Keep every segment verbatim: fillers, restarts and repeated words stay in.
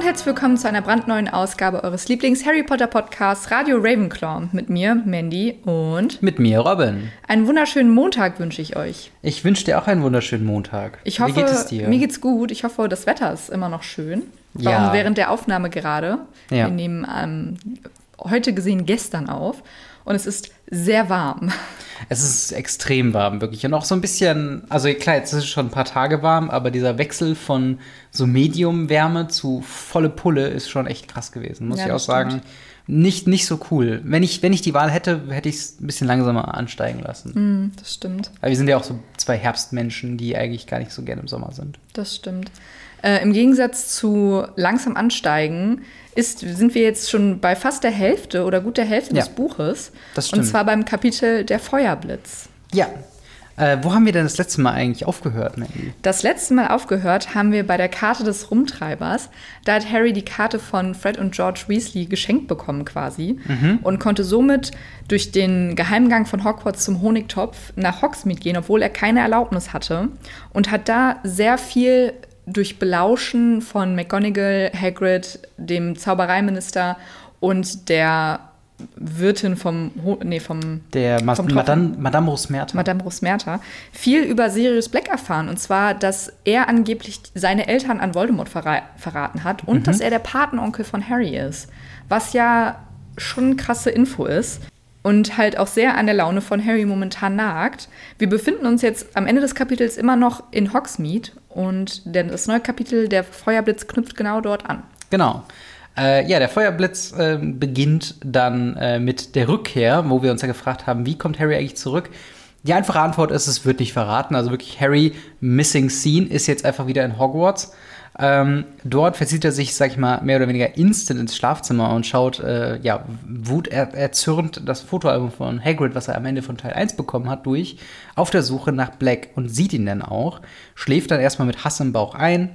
herzlich willkommen zu einer brandneuen Ausgabe eures Lieblings-Harry Potter-Podcasts Radio Ravenclaw. Mit mir, Mandy, und mit mir, Robin. Einen wunderschönen Montag wünsche ich euch. Ich wünsche dir auch einen wunderschönen Montag. Ich hoffe, Wie geht es dir? Mir geht's gut. Ich hoffe, das Wetter ist immer noch schön. Ja. Warum während der Aufnahme gerade. Ja. Wir nehmen ähm, heute gesehen gestern auf. Und es ist sehr warm. Es ist extrem warm, wirklich. Und auch so ein bisschen, also klar, jetzt ist es schon ein paar Tage warm, aber dieser Wechsel von so Medium-Wärme zu volle Pulle ist schon echt krass gewesen, muss Ja, ich auch das sagen. stimmt. Nicht, nicht so cool. Wenn ich, wenn ich die Wahl hätte, hätte ich es ein bisschen langsamer ansteigen lassen. Mm, das stimmt. Aber wir sind ja auch so zwei Herbstmenschen, die eigentlich gar nicht so gerne im Sommer sind. Das stimmt. Äh, Im Gegensatz zu langsam ansteigen ist, sind wir jetzt schon bei fast der Hälfte oder gut der Hälfte Ja, des Buches. das stimmt. Und zwar beim Kapitel Der Feuerblitz. Ja. Äh, wo haben wir denn das letzte Mal eigentlich aufgehört, Mandy? Das letzte Mal aufgehört haben wir bei der Karte des Rumtreibers. Da hat Harry die Karte von Fred und George Weasley geschenkt bekommen quasi Mhm. und konnte somit durch den Geheimgang von Hogwarts zum Honigtopf nach Hogsmeade gehen, obwohl er keine Erlaubnis hatte. Und hat da sehr viel durch Belauschen von McGonagall, Hagrid, dem Zaubereiminister und der Wirtin vom, Ho- nee, vom, Der Mas- vom Tropfen- Madame, Madame Rosmerta. Madame Rosmerta, viel über Sirius Black erfahren. Und zwar, dass er angeblich seine Eltern an Voldemort verra- verraten hat und Mhm. dass er der Patenonkel von Harry ist. Was ja schon eine krasse Info ist. Und halt auch sehr an der Laune von Harry momentan nagt. Wir befinden uns jetzt am Ende des Kapitels immer noch in Hogsmeade. Und der, das neue Kapitel, der Feuerblitz, knüpft genau dort an. Genau. Äh, ja, der Feuerblitz äh, beginnt dann äh, mit der Rückkehr, wo wir uns ja gefragt haben, wie kommt Harry eigentlich zurück? Die einfache Antwort ist, es wird nicht verraten. Also wirklich Harry Missing Scene ist jetzt einfach wieder in Hogwarts. Ähm, dort verzieht er sich, sag ich mal, mehr oder weniger instant ins Schlafzimmer und schaut, äh, ja, wuterzürnt das Fotoalbum von Hagrid, was er am Ende von Teil eins bekommen hat, durch, auf der Suche nach Black und sieht ihn dann auch, schläft dann erstmal mit Hass im Bauch ein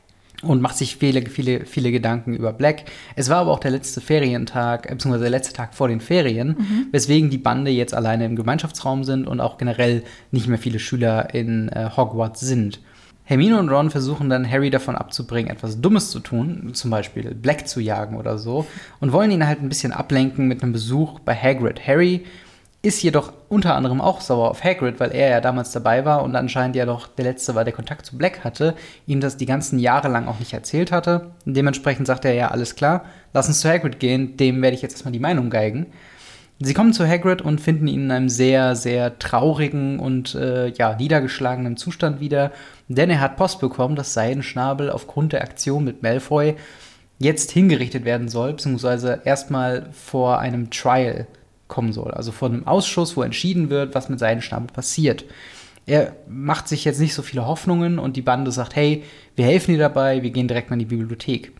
und macht sich viele, viele, viele Gedanken über Black. Es war aber auch der letzte Ferientag, äh, beziehungsweise der letzte Tag vor den Ferien, Mhm. weswegen die Bande jetzt alleine im Gemeinschaftsraum sind und auch generell nicht mehr viele Schüler in äh, Hogwarts sind. Hermine und Ron versuchen dann, Harry davon abzubringen, etwas Dummes zu tun, zum Beispiel Black zu jagen oder so, und wollen ihn halt ein bisschen ablenken mit einem Besuch bei Hagrid. Harry ist jedoch unter anderem auch sauer auf Hagrid, weil er ja damals dabei war und anscheinend ja doch der Letzte war, der Kontakt zu Black hatte, ihm das die ganzen Jahre lang auch nicht erzählt hatte. Und dementsprechend sagt er, ja, alles klar, lass uns zu Hagrid gehen, dem werde ich jetzt erstmal die Meinung geigen. Sie kommen zu Hagrid und finden ihn in einem sehr, sehr traurigen und äh, ja, niedergeschlagenen Zustand wieder, denn er hat Post bekommen, dass Seidenschnabel aufgrund der Aktion mit Malfoy jetzt hingerichtet werden soll, beziehungsweise erstmal vor einem Trial kommen soll, also vor einem Ausschuss, wo entschieden wird, was mit Seidenschnabel passiert. Er macht sich jetzt nicht so viele Hoffnungen und die Bande sagt, hey, wir helfen dir dabei, wir gehen direkt mal in die Bibliothek.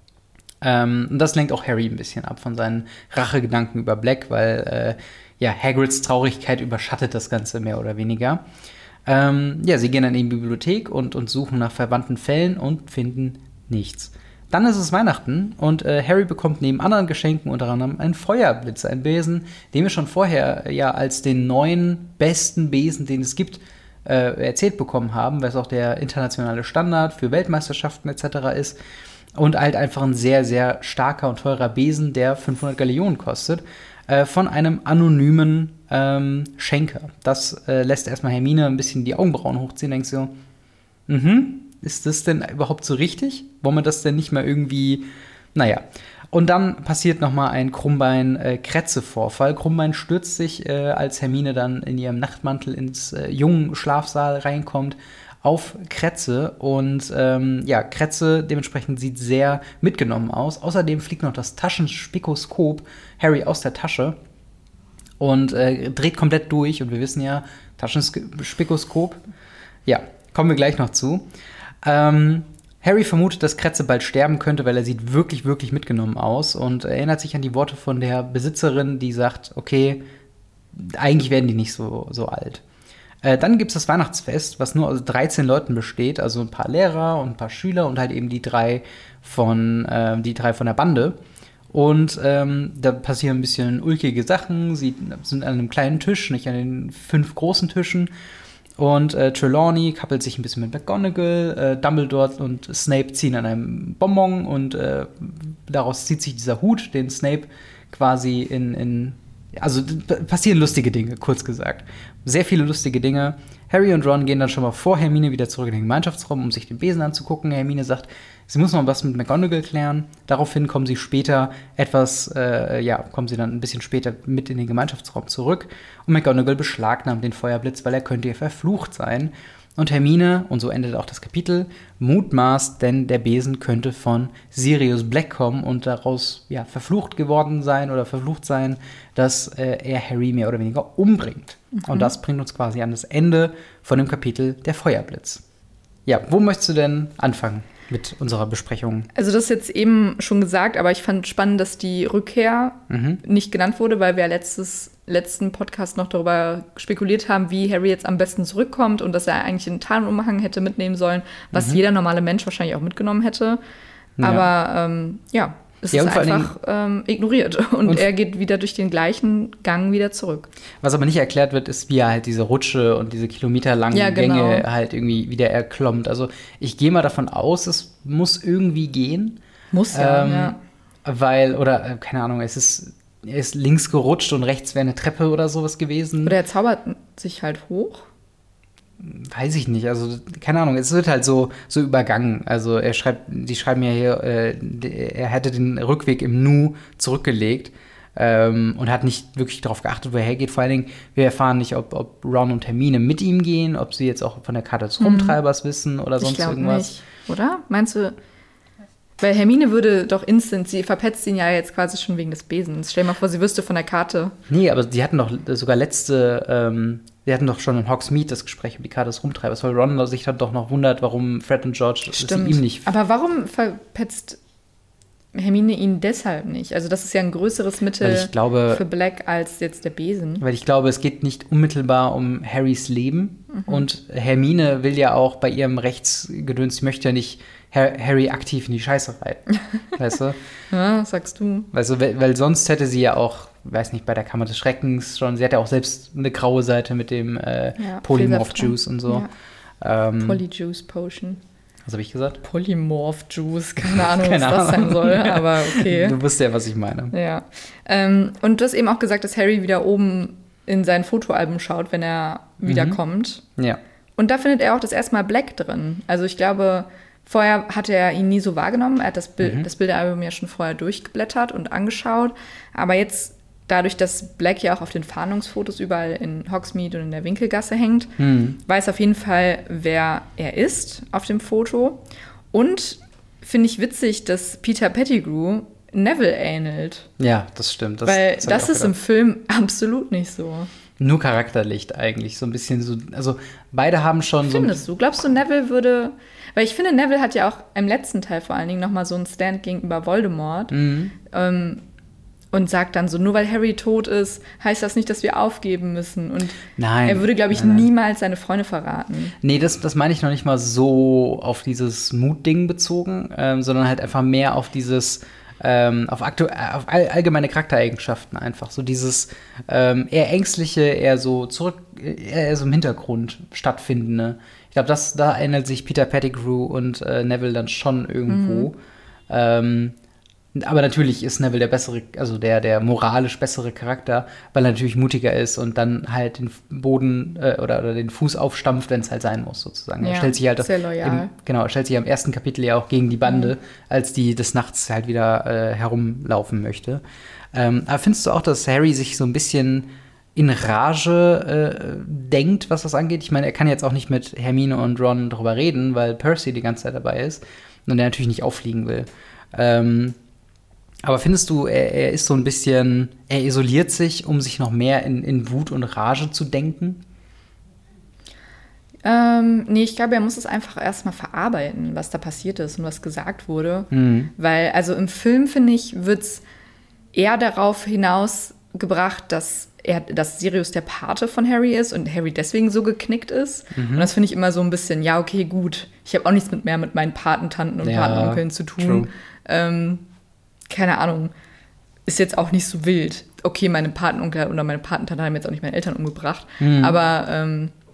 Ähm, und das lenkt auch Harry ein bisschen ab von seinen Rachegedanken über Black, weil äh, ja, Hagrids Traurigkeit überschattet das Ganze mehr oder weniger. Ähm, ja, sie gehen dann in die Bibliothek und, und suchen nach verwandten Fällen und finden nichts. Dann ist es Weihnachten und äh, Harry bekommt neben anderen Geschenken unter anderem einen Feuerblitz, einen Besen, den wir schon vorher ja als den neuen besten Besen, den es gibt, äh, erzählt bekommen haben, weil es auch der internationale Standard für Weltmeisterschaften et cetera ist. Und halt einfach ein sehr, sehr starker und teurer Besen, der fünfhundert Gallionen kostet, äh, von einem anonymen ähm, Schenker. Das äh, lässt erstmal Hermine ein bisschen die Augenbrauen hochziehen, denkt so, mhm, ist das denn überhaupt so richtig? Wollen wir das denn nicht mal irgendwie, naja. Und dann passiert noch mal ein Krummbein-Kretze-Vorfall. Krummbein stürzt sich, äh, als Hermine dann in ihrem Nachtmantel ins äh, Jungen-Schlafsaal reinkommt, auf Kretze und ähm, ja, Kretze dementsprechend sieht sehr mitgenommen aus. Außerdem fliegt noch das Taschenspikoskop Harry aus der Tasche und äh, dreht komplett durch. Und wir wissen ja, Taschenspikoskop, ja, kommen wir gleich noch zu. Ähm, Harry vermutet, dass Kretze bald sterben könnte, weil er sieht wirklich, wirklich mitgenommen aus und erinnert sich an die Worte von der Besitzerin, die sagt, okay, eigentlich werden die nicht so, so alt. Äh, dann gibt es das Weihnachtsfest, was nur aus dreizehn Leuten besteht, also ein paar Lehrer und ein paar Schüler und halt eben die drei von, äh, die drei von der Bande. Und ähm, da passieren ein bisschen ulkige Sachen. Sie sind an einem kleinen Tisch, nicht an den fünf großen Tischen. Und äh, Trelawney kappelt sich ein bisschen mit McGonagall, äh, Dumbledore und Snape ziehen an einem Bonbon und äh, daraus zieht sich dieser Hut, den Snape quasi in, in also passieren lustige Dinge, kurz gesagt. Sehr viele lustige Dinge. Harry und Ron gehen dann schon mal vor Hermine wieder zurück in den Gemeinschaftsraum, um sich den Besen anzugucken. Hermine sagt, sie muss noch was mit McGonagall klären. Daraufhin kommen sie später etwas, äh, ja, kommen sie dann ein bisschen später mit in den Gemeinschaftsraum zurück. Und McGonagall beschlagnahmt den Feuerblitz, weil er könnte ihr verflucht sein. Und Hermine, und so endet auch das Kapitel, mutmaßt, denn der Besen könnte von Sirius Black kommen und daraus ja, verflucht geworden sein oder verflucht sein, dass äh, er Harry mehr oder weniger umbringt. Mhm. Und das bringt uns quasi an das Ende von dem Kapitel der Feuerblitz. Ja, wo möchtest du denn anfangen mit unserer Besprechung? Also das ist jetzt eben schon gesagt, aber ich fand spannend, dass die Rückkehr mhm. nicht genannt wurde, weil wir ja letztes, letzten Podcast noch darüber spekuliert haben, wie Harry jetzt am besten zurückkommt und dass er eigentlich einen Tarnumhang hätte mitnehmen sollen, was mhm. jeder normale Mensch wahrscheinlich auch mitgenommen hätte. Ja. Aber ähm, ja, es ja, ist einfach ähm, ignoriert und, und er geht wieder durch den gleichen Gang wieder zurück. Was aber nicht erklärt wird, ist, wie er halt diese Rutsche und diese kilometerlangen ja, genau. Gänge halt irgendwie wieder erklommt. Also ich gehe mal davon aus, es muss irgendwie gehen. Muss ja, ähm, ja. Weil, oder äh, keine Ahnung, es ist, er ist links gerutscht und rechts wäre eine Treppe oder sowas gewesen. Oder er zaubert sich halt hoch. Weiß ich nicht, also keine Ahnung, es wird halt so, so übergangen. Also er schreibt, die schreiben ja hier, äh, er hätte den Rückweg im Nu zurückgelegt ähm, und hat nicht wirklich darauf geachtet, wo er hergeht. Vor allen Dingen, wir erfahren nicht, ob, ob Ron und Hermine mit ihm gehen, ob sie jetzt auch von der Karte des Rumtreibers mhm. wissen oder sonst ich irgendwas. Nicht, oder? Meinst du? Weil Hermine würde doch instant, sie verpetzt ihn ja jetzt quasi schon wegen des Besens. Stell dir mal vor, sie wüsste von der Karte. Nee, aber die hatten doch sogar letzte, ähm, die hatten doch schon in Hogsmeade das Gespräch über die Karte des Rumtreibers, weil Ron sich dann doch noch wundert, warum Fred und George sie ihm nicht... Aber warum verpetzt Hermine ihn deshalb nicht? Also das ist ja ein größeres Mittel ich glaube, für Black als jetzt der Besen. Weil ich glaube, es geht nicht unmittelbar um Harrys Leben. Mhm. Und Hermine will ja auch bei ihrem Rechtsgedöns, sie möchte ja nicht Harry aktiv in die Scheiße reiten. Weißt du? Ja, sagst du. Weißt du, weil, weil sonst hätte sie ja auch, weiß nicht, bei der Kammer des Schreckens schon, sie hat ja auch selbst eine graue Seite mit dem äh, ja, Polymorph-Juice und so. Ja. Ähm, Polyjuice Potion. Was habe ich gesagt? Polymorph-Juice, keine Ahnung, keine was Ahnung. das sein soll, aber okay. Du wusstest ja, was ich meine. Ja. Ähm, und du hast eben auch gesagt, dass Harry wieder oben in sein Fotoalbum schaut, wenn er mhm. wiederkommt. Ja. Und da findet er auch das erste Mal Black drin. Also ich glaube, vorher hatte er ihn nie so wahrgenommen. Er hat das, Bild, mhm. das Bilderalbum ja schon vorher durchgeblättert und angeschaut. Aber jetzt, dadurch, dass Black ja auch auf den Fahndungsfotos überall in Hogsmeade und in der Winkelgasse hängt, mhm. weiß auf jeden Fall, wer er ist auf dem Foto. Und finde ich witzig, dass Peter Pettigrew Neville ähnelt. Ja, das stimmt. Das, Weil das, das ist gedacht. Im Film absolut nicht so. Nur Charakterlicht eigentlich, so ein bisschen so, also beide haben schon so... Findest du? Glaubst du, Neville würde... Weil ich finde, Neville hat ja auch im letzten Teil vor allen Dingen nochmal so einen Stand gegenüber Voldemort mhm. ähm, und sagt dann so, nur weil Harry tot ist, heißt das nicht, dass wir aufgeben müssen. Und nein, er würde, glaube ich, nein, nein. niemals seine Freunde verraten. Nee, das, das meine ich noch nicht mal so auf dieses Mutding bezogen, ähm, sondern halt einfach mehr auf dieses... Ähm, auf, aktu- auf all- allgemeine Charaktereigenschaften einfach. So dieses ähm, eher ängstliche, eher so zurück, eher so im Hintergrund stattfindende. Ich glaube, das da ähnelt sich Peter Pettigrew und äh, Neville dann schon irgendwo. Mhm. Ähm, aber natürlich ist Neville der bessere, also der, der moralisch bessere Charakter, weil er natürlich mutiger ist und dann halt den Boden äh, oder, oder den Fuß aufstampft, wenn es halt sein muss, sozusagen. Ja, er stellt sich halt sehr loyal. Im, genau, er stellt sich am ersten Kapitel ja auch gegen die Bande, mhm. als die des Nachts halt wieder äh, herumlaufen möchte. Ähm, aber findest du auch, dass Harry sich so ein bisschen in Rage äh, denkt, was das angeht? Ich meine, er kann jetzt auch nicht mit Hermine und Ron darüber reden, weil Percy die ganze Zeit dabei ist und er natürlich nicht auffliegen will. Ähm, Aber findest du, er, er ist so ein bisschen, er isoliert sich, um sich noch mehr in, in Wut und Rage zu denken? Ähm, nee, ich glaube, er muss es einfach erstmal verarbeiten, was da passiert ist und was gesagt wurde. Mhm. Weil, also im Film, finde ich, wird es eher darauf hinausgebracht, dass er, dass Sirius der Pate von Harry ist und Harry deswegen so geknickt ist. Mhm. Und das finde ich immer so ein bisschen, ja, okay, gut. Ich habe auch nichts mit mehr mit meinen Patentanten und ja, Patenonkeln zu tun. Ähm, keine Ahnung, ist jetzt auch nicht so wild. Okay, meine Patenonkel oder meine Patentante haben jetzt auch nicht meine Eltern umgebracht. Mhm. Aber ähm,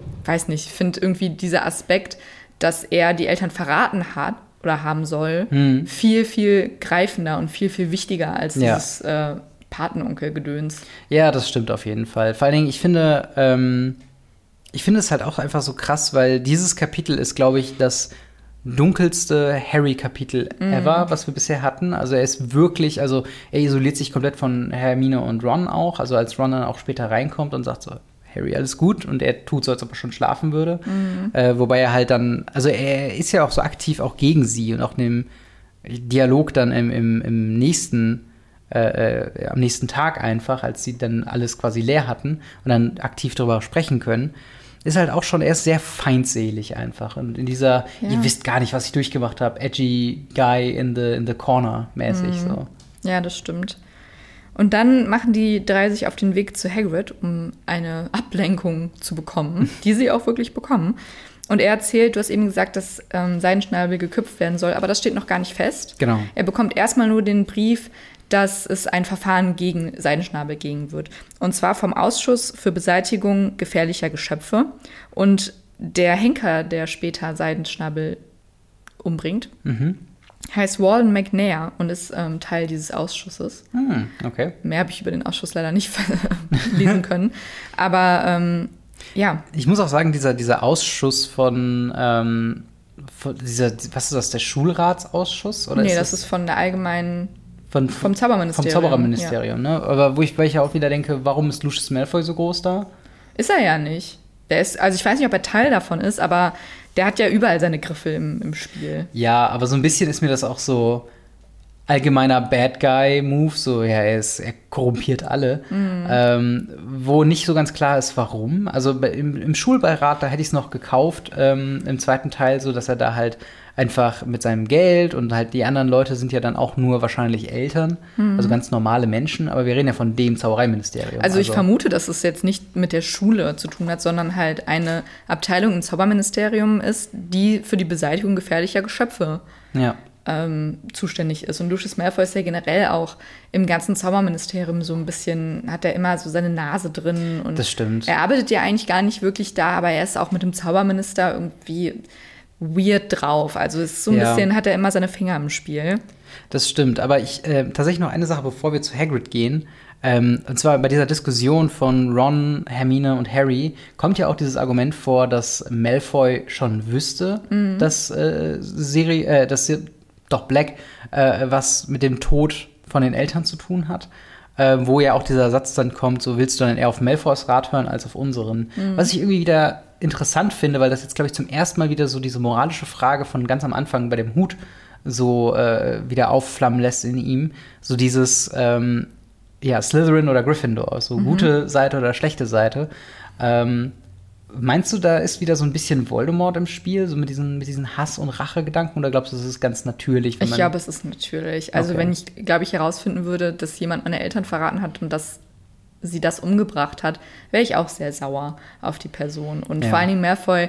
weiß nicht, ich finde irgendwie dieser Aspekt, dass er die Eltern verraten hat oder haben soll, hm. viel, viel greifender und viel, viel wichtiger als ja. dieses äh, Patenonkel-Gedöns. Ja, das stimmt auf jeden Fall. Vor allen Dingen, ich finde, ähm, ich finde es halt auch einfach so krass, weil dieses Kapitel ist, glaube ich, das dunkelste Harry-Kapitel mm. ever, was wir bisher hatten. Also er ist wirklich, also er isoliert sich komplett von Hermine und Ron auch. Also als Ron dann auch später reinkommt und sagt so, Harry, alles gut. Und er tut so, als ob er schon schlafen würde. Mm. Äh, wobei er halt dann, also er ist ja auch so aktiv auch gegen sie und auch in dem Dialog dann im, im, im nächsten Äh, äh, am nächsten Tag einfach, als sie dann alles quasi leer hatten und dann aktiv darüber sprechen können, ist halt auch schon erst sehr feindselig einfach. Und in dieser, ja. ihr wisst gar nicht, was ich durchgemacht habe, edgy Guy in the, in the corner mäßig. Mhm. So. Ja, das stimmt. Und dann machen die drei sich auf den Weg zu Hagrid, um eine Ablenkung zu bekommen, die sie auch wirklich bekommen. Und er erzählt, du hast eben gesagt, dass ähm, Seidenschnabel geköpft werden soll, aber das steht noch gar nicht fest. Genau. Er bekommt erstmal nur den Brief, dass es ein Verfahren gegen Seidenschnabel geben wird. Und zwar vom Ausschuss für Beseitigung gefährlicher Geschöpfe. Und der Henker, der später Seidenschnabel umbringt, mhm. heißt Walden McNair und ist ähm, Teil dieses Ausschusses. Mhm, okay. Mehr habe ich über den Ausschuss leider nicht lesen können. Aber ähm, ja. Ich muss auch sagen, dieser, dieser Ausschuss von, ähm, von dieser, was ist das, der Schulratsausschuss? Oder nee, ist das, das ist von der allgemeinen Von, vom Zauberministerium. Vom Zaubererministerium, ja. Ne? Aber wo ich, weil ich ja auch wieder denke, warum ist Lucius Malfoy so groß da? Ist er ja nicht. Der ist, also ich weiß nicht, ob er Teil davon ist, aber der hat ja überall seine Griffe im, im Spiel. Ja, aber so ein bisschen ist mir das auch so allgemeiner Bad Guy-Move, so, ja, er, ist, er korrumpiert alle. Mhm. Ähm, wo nicht so ganz klar ist, warum. Also im, im Schulbeirat, da hätte ich es noch gekauft, ähm, im zweiten Teil, so dass er da halt einfach mit seinem Geld und halt die anderen Leute sind ja dann auch nur wahrscheinlich Eltern, mhm. also ganz normale Menschen, aber wir reden ja von dem Zaubereiministerium. Also ich also. vermute, dass es jetzt nicht mit der Schule zu tun hat, sondern halt eine Abteilung im Zauberministerium ist, die für die Beseitigung gefährlicher Geschöpfe ja. ähm, zuständig ist. Und Lucius Malfoy ist ja generell auch im ganzen Zauberministerium so ein bisschen, hat er immer so seine Nase drin. Und das stimmt. Er arbeitet ja eigentlich gar nicht wirklich da, aber er ist auch mit dem Zauberminister irgendwie weird drauf. Also es ist so ein ja. bisschen, hat er immer seine Finger im Spiel. Das stimmt, aber ich äh, tatsächlich noch eine Sache, bevor wir zu Hagrid gehen. Ähm, und zwar bei dieser Diskussion von Ron, Hermine und Harry kommt ja auch dieses Argument vor, dass Malfoy schon wüsste, mhm. dass äh, Siri, äh, dass doch Black äh, was mit dem Tod von den Eltern zu tun hat. Äh, wo ja auch dieser Satz dann kommt, so willst du dann eher auf Malfoys Rat hören als auf unseren. Mhm. Was ich irgendwie wieder interessant finde, weil das jetzt, glaube ich, zum ersten Mal wieder so diese moralische Frage von ganz am Anfang bei dem Hut so äh, wieder aufflammen lässt in ihm. So dieses, ähm, ja, Slytherin oder Gryffindor, so mhm. gute Seite oder schlechte Seite. Ähm, meinst du, da ist wieder so ein bisschen Voldemort im Spiel, so mit diesen, mit diesen Hass- und Rachegedanken? Oder glaubst du, das ist ganz natürlich? Wenn man ich glaube, es ist natürlich. Also okay. wenn ich, glaube ich, herausfinden würde, dass jemand meine Eltern verraten hat und dass sie das umgebracht hat, wäre ich auch sehr sauer auf die Person. Und ja. vor allen Dingen Malfoy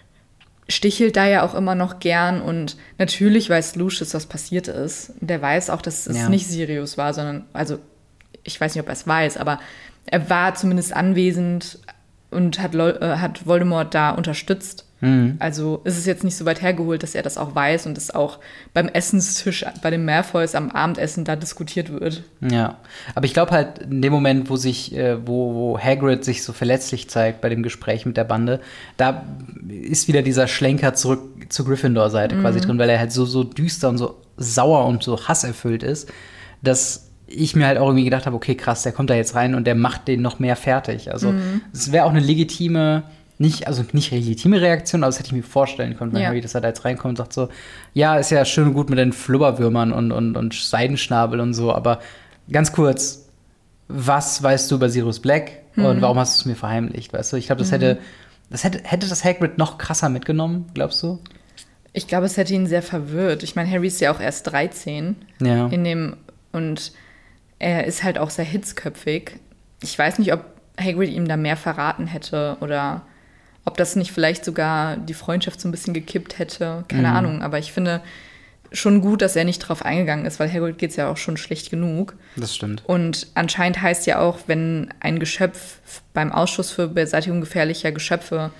stichelt da ja auch immer noch gern. Und natürlich weiß Lucius, was passiert ist. Der weiß auch, dass es ja. nicht Sirius war, sondern, also ich weiß nicht, ob er es weiß, aber er war zumindest anwesend und hat, äh, hat Voldemort da unterstützt. Mhm. Also ist es jetzt nicht so weit hergeholt, dass er das auch weiß und es auch beim Essenstisch bei den Malfoys am Abendessen da diskutiert wird. Ja, aber ich glaube halt in dem Moment, wo sich, äh, wo, wo Hagrid sich so verletzlich zeigt bei dem Gespräch mit der Bande, da ist wieder dieser Schlenker zurück zur Gryffindor-Seite mhm. quasi drin, weil er halt so, so düster und so sauer und so hasserfüllt ist, dass ich mir halt auch irgendwie gedacht habe, okay, krass, der kommt da jetzt rein und der macht den noch mehr fertig. Also es mhm. wäre auch eine legitime Nicht, also nicht legitime Reaktion, aber das hätte ich mir vorstellen können, wenn ja. Harry, dass er da jetzt reinkommt und sagt so, ja, ist ja schön und gut mit den Flubberwürmern und, und, und Seidenschnabel und so, aber ganz kurz, was weißt du über Sirius Black mhm. und warum hast du es mir verheimlicht, weißt du? Ich glaube, das mhm. hätte, das hätte, hätte das Hagrid noch krasser mitgenommen, glaubst du? Ich glaube, es hätte ihn sehr verwirrt. Ich meine, Harry ist ja auch erst dreizehn ja. in dem, und er ist halt auch sehr hitzköpfig. Ich weiß nicht, ob Hagrid ihm da mehr verraten hätte oder ob das nicht vielleicht sogar die Freundschaft so ein bisschen gekippt hätte. Keine mhm. Ahnung, aber ich finde schon gut, dass er nicht drauf eingegangen ist, weil Hagrid geht's ja auch schon schlecht genug. Das stimmt. Und anscheinend heißt ja auch, wenn ein Geschöpf beim Ausschuss für Beseitigung gefährlicher Geschöpfe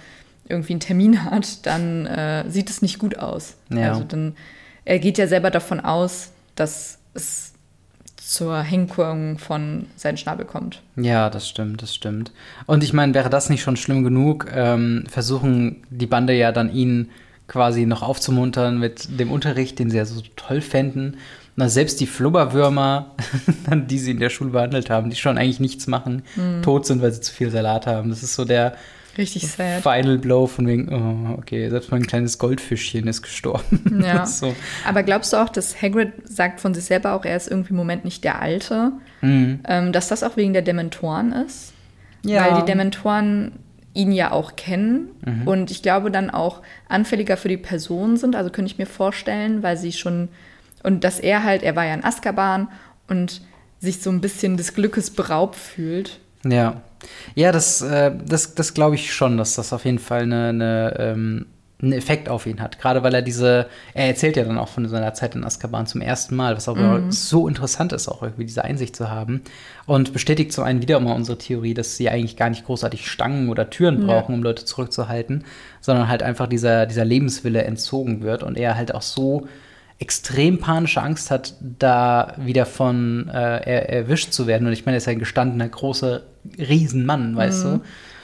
irgendwie einen Termin hat, dann äh, sieht es nicht gut aus. Ja. Also dann, er geht ja selber davon aus, dass es zur Hänkung von seinem Schnabel kommt. Ja, das stimmt, das stimmt. Und ich meine, wäre das nicht schon schlimm genug, ähm, versuchen die Bande ja dann ihn quasi noch aufzumuntern mit dem Unterricht, den sie ja so toll fänden. Na, selbst die Flubberwürmer, die sie in der Schule behandelt haben, die schon eigentlich nichts machen, mhm. tot sind, weil sie zu viel Salat haben. Das ist so der Richtig sad. Final Blow von wegen, oh, okay, selbst mein kleines Goldfischchen ist gestorben. Ja. So. Aber glaubst du auch, dass Hagrid sagt von sich selber auch, er ist irgendwie im Moment nicht der Alte, mhm. ähm, dass das auch wegen der Dementoren ist? Ja. Weil die Dementoren ihn ja auch kennen mhm. und ich glaube dann auch anfälliger für die Person sind, also könnte ich mir vorstellen, weil sie schon, und dass er halt, er war ja in Azkaban und sich so ein bisschen des Glückes beraubt fühlt. Ja, ja, das, äh, das, das glaube ich schon, dass das auf jeden Fall eine, eine, ähm, einen Effekt auf ihn hat. Gerade weil er diese, er erzählt ja dann auch von seiner Zeit in Azkaban zum ersten Mal, was auch mhm. so interessant ist, auch irgendwie diese Einsicht zu haben. Und bestätigt zum einen wieder mal unsere Theorie, dass sie eigentlich gar nicht großartig Stangen oder Türen brauchen, ja. um Leute zurückzuhalten, sondern halt einfach dieser, dieser Lebenswille entzogen wird und er halt auch so extrem panische Angst hat, da wieder von äh, er, erwischt zu werden. Und ich meine, er ist ja ein gestandener, großer Riesenmann, weißt mhm. du?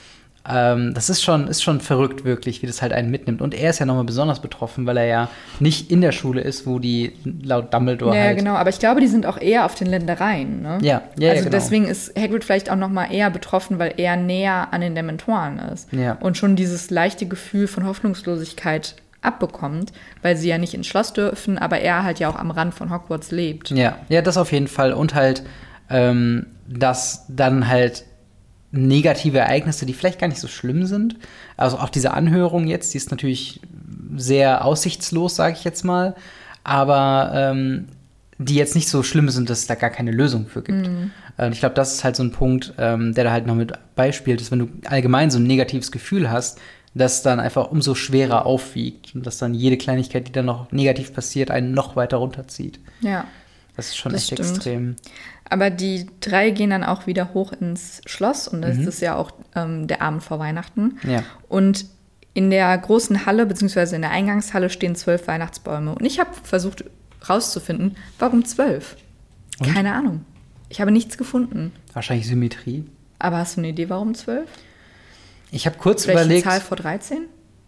Ähm, das ist schon, ist schon verrückt, wirklich, wie das halt einen mitnimmt. Und er ist ja nochmal besonders betroffen, weil er ja nicht in der Schule ist, wo die laut Dumbledore ja, halt... Ja, genau. Aber ich glaube, die sind auch eher auf den Ländereien, ne? Ja, ja, Also ja, genau. deswegen ist Hagrid vielleicht auch nochmal eher betroffen, weil er näher an den Dementoren ist. Ja. Und schon dieses leichte Gefühl von Hoffnungslosigkeit abbekommt, weil sie ja nicht ins Schloss dürfen, aber er halt ja auch am Rand von Hogwarts lebt. Ja, ja, das auf jeden Fall. Und halt, ähm, dass dann halt negative Ereignisse, die vielleicht gar nicht so schlimm sind. Also auch diese Anhörung jetzt, die ist natürlich sehr aussichtslos, sage ich jetzt mal, aber ähm, die jetzt nicht so schlimm sind, dass es da gar keine Lösung für gibt. Mhm. Und ich glaube, das ist halt so ein Punkt, ähm, der da halt noch mit beispielt, ist, wenn du allgemein so ein negatives Gefühl hast, das dann einfach umso schwerer aufwiegt und dass dann jede Kleinigkeit, die dann noch negativ passiert, einen noch weiter runterzieht. Ja. Das ist schon das echt stimmt. extrem. Aber die drei gehen dann auch wieder hoch ins Schloss und das Mhm. ist ja auch ähm, der Abend vor Weihnachten. Ja. Und in der großen Halle, beziehungsweise in der Eingangshalle, stehen zwölf Weihnachtsbäume. Und ich habe versucht rauszufinden, warum zwölf? Und? Keine Ahnung. Ich habe nichts gefunden. Wahrscheinlich Symmetrie. Aber hast du eine Idee, warum zwölf? Ich habe kurz Vielleicht überlegt. Eine Zahl vor dreizehn?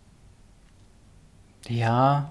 Ja.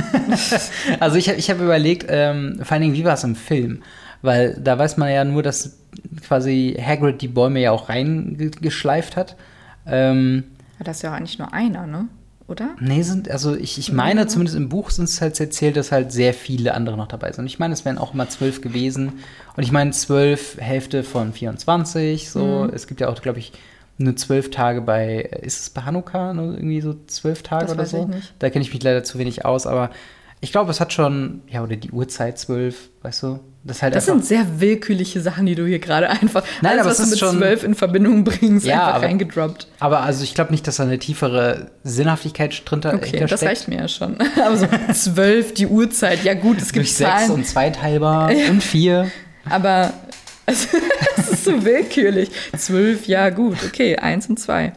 Also ich habe ich hab überlegt, ähm, vor allen Dingen, wie war es im Film? Weil da weiß man ja nur, dass quasi Hagrid die Bäume ja auch reingeschleift hat. Ähm, ja, das ist ja eigentlich nur einer, ne? Oder? Nee, sind, also ich, ich meine, ja. zumindest im Buch sind es halt erzählt, dass halt sehr viele andere noch dabei sind. Und ich meine, es wären auch immer zwölf gewesen. Und ich meine, zwölf Hälfte von vierundzwanzig. So. Mhm. Es gibt ja auch, glaube ich, nur zwölf Tage bei, ist es bei Hanukkah, nur irgendwie so zwölf Tage das oder weiß so? Ich nicht. Da kenne ich mich leider zu wenig aus, aber ich glaube, es hat schon, ja, oder die Uhrzeit zwölf, weißt du? Das, halt das sind sehr willkürliche Sachen, die du hier gerade einfach, Nein, alles, aber was es du ist mit schon zwölf in Verbindung bringst, ja, einfach aber, reingedroppt. Aber also ich glaube nicht, dass da eine tiefere Sinnhaftigkeit drunter Okay, hintersteckt. das reicht mir ja schon. Aber so zwölf, die Uhrzeit, ja gut, es gibt Durch Zahlen. sechs und zweiteilbar und vier. Aber also, das ist so willkürlich. Zwölf, ja gut, okay, eins und zwei.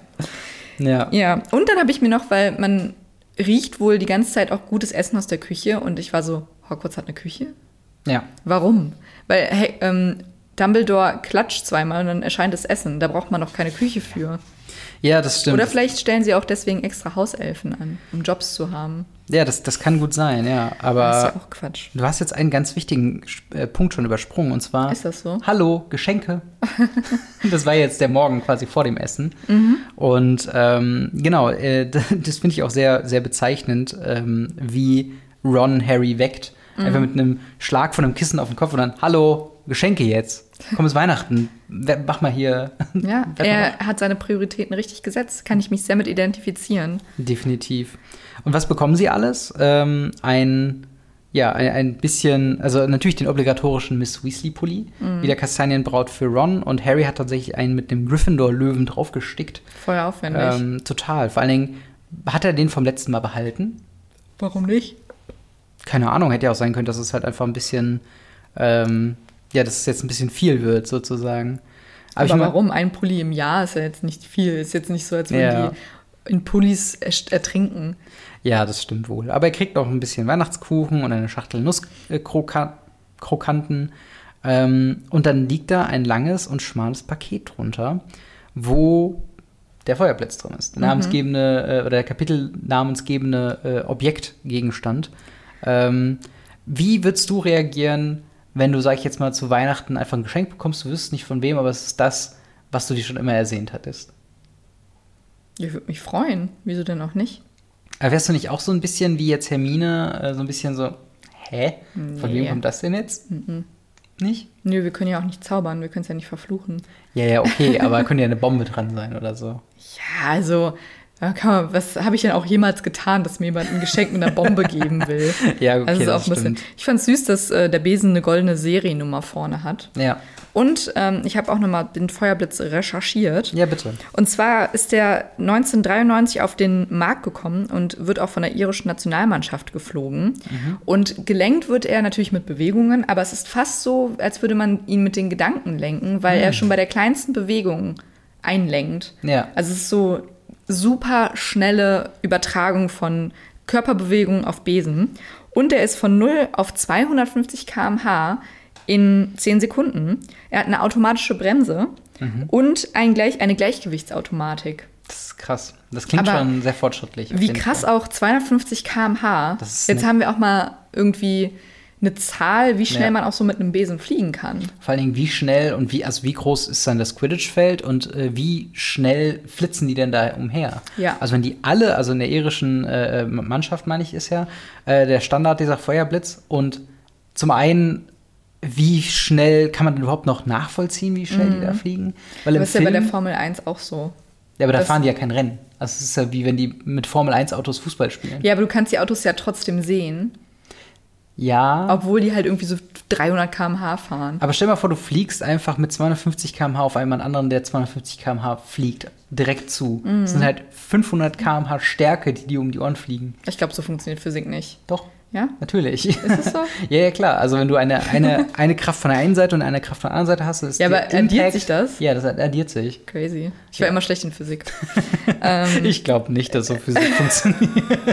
Ja. Ja, und dann habe ich mir noch, weil man riecht wohl die ganze Zeit auch gutes Essen aus der Küche und ich war so, Hogwarts hat eine Küche? Ja. Warum? Weil hey, ähm, Dumbledore klatscht zweimal und dann erscheint das Essen. Da braucht man noch keine Küche für. Ja, das stimmt. Oder vielleicht stellen sie auch deswegen extra Hauselfen an, um Jobs zu haben. Ja, das, das kann gut sein, ja. Aber das ist ja auch Quatsch. Du hast jetzt einen ganz wichtigen äh, Punkt schon übersprungen, und zwar ist das so? Hallo, Geschenke. Das war jetzt der Morgen quasi vor dem Essen. Mhm. Und ähm, genau, äh, das finde ich auch sehr, sehr bezeichnend, ähm, wie Ron Harry weckt. Mhm. Einfach mit einem Schlag von einem Kissen auf den Kopf und dann, hallo, Geschenke jetzt. Komm, es ist Weihnachten. Mach mal hier. Ja, er hat seine Prioritäten richtig gesetzt. Kann ich mich sehr mit identifizieren. Definitiv. Und was bekommen sie alles? Ähm, ein, ja, ein, ein bisschen, also natürlich den obligatorischen Miss Weasley-Pulli, mhm. wie der Kastanienbraut für Ron. Und Harry hat tatsächlich einen mit dem Gryffindor-Löwen draufgestickt. Voll aufwendig. Ähm, total. Vor allen Dingen, hat er den vom letzten Mal behalten? Warum nicht? Keine Ahnung, hätte ja auch sein können, dass es halt einfach ein bisschen, ähm, ja, dass es jetzt ein bisschen viel wird, sozusagen. Aber, Aber warum? Ein Pulli im Jahr ist ja jetzt nicht viel. Ist jetzt nicht so, als würden ja. die in Pullis ertrinken. Ja, das stimmt wohl. Aber er kriegt auch ein bisschen Weihnachtskuchen und eine Schachtel Nusskrokanten. Ähm, und dann liegt da ein langes und schmales Paket drunter, wo der Feuerblitz drin ist. Der namensgebende, äh, oder der kapitelnamensgebende äh, Objektgegenstand. Ähm, wie würdest du reagieren, wenn du, sag ich jetzt mal, zu Weihnachten einfach ein Geschenk bekommst? Du wüsstest nicht von wem, aber es ist das, was du dir schon immer ersehnt hattest. Ich würde mich freuen. Wieso denn auch nicht? Aber wärst du nicht auch so ein bisschen wie jetzt Hermine, äh, so ein bisschen so, hä? Von Nee. wem kommt das denn jetzt? Mhm. Nicht? Nö, wir können ja auch nicht zaubern, wir können es ja nicht verfluchen. Ja, ja, okay, aber könnte ja eine Bombe dran sein oder so. Ja, also, da kann man, was habe ich denn auch jemals getan, dass mir jemand ein Geschenk mit einer Bombe geben will? Ja, okay, also ist das auch ein bisschen. stimmt. Ich fand es süß, dass äh, der Besen eine goldene Seriennummer vorne hat. Ja, Und ähm, ich habe auch nochmal den Feuerblitz recherchiert. ja, bitte. Und zwar ist der neunzehnhundertdreiundneunzig auf den Markt gekommen und wird auch von der irischen Nationalmannschaft geflogen. Mhm. Und gelenkt wird er natürlich mit Bewegungen, aber es ist fast so, als würde man ihn mit den Gedanken lenken, weil Mhm. er schon bei der kleinsten Bewegung einlenkt. Ja. Also es ist so super schnelle Übertragung von Körperbewegungen auf Besen. Und er ist von null auf zweihundertfünfzig Kilometer pro Stunde in zehn Sekunden. Er hat eine automatische Bremse Mhm. und ein Gleich, eine Gleichgewichtsautomatik. Das ist krass. Das klingt Aber schon sehr fortschrittlich. auf Wie jeden krass Fall. auch zweihundertfünfzig Kilometer pro Stunde. Das ist Jetzt eine- haben wir auch mal irgendwie eine Zahl, wie schnell Ja. man auch so mit einem Besen fliegen kann. Vor allen Dingen, wie schnell und wie, also wie groß ist dann das Quidditch-Feld und äh, wie schnell flitzen die denn da umher? Ja. Also wenn die alle, also in der irischen äh, Mannschaft, meine ich, ist ja äh, der Standard dieser Feuerblitz und zum einen, wie schnell kann man denn überhaupt noch nachvollziehen, wie schnell die da fliegen? Weil im Das ist ja bei Film, der Formel eins auch so. ja, aber da das- fahren die ja kein Rennen. Also es ist ja wie wenn die mit Formel eins Autos Fußball spielen. Ja, aber du kannst die Autos ja trotzdem sehen, Ja. obwohl die halt irgendwie so dreihundert Kilometer pro Stunde fahren. Aber stell dir mal vor, du fliegst einfach mit zweihundertfünfzig Kilometer pro Stunde auf einen anderen, der zweihundertfünfzig Kilometer pro Stunde fliegt, direkt zu. Das sind halt fünfhundert Kilometer pro Stunde Stärke, die dir um die Ohren fliegen. Ich glaube, so funktioniert Physik nicht. Doch, Ja? natürlich. Ist es so? Ja, ja, klar. Also wenn du eine, eine, eine Kraft von der einen Seite und eine Kraft von der anderen Seite hast, ist Ja, der aber addiert sich das? Ja, das addiert sich. Crazy. Ich war Ja. immer schlecht in Physik. ähm, Ich glaube nicht, dass so Physik funktioniert.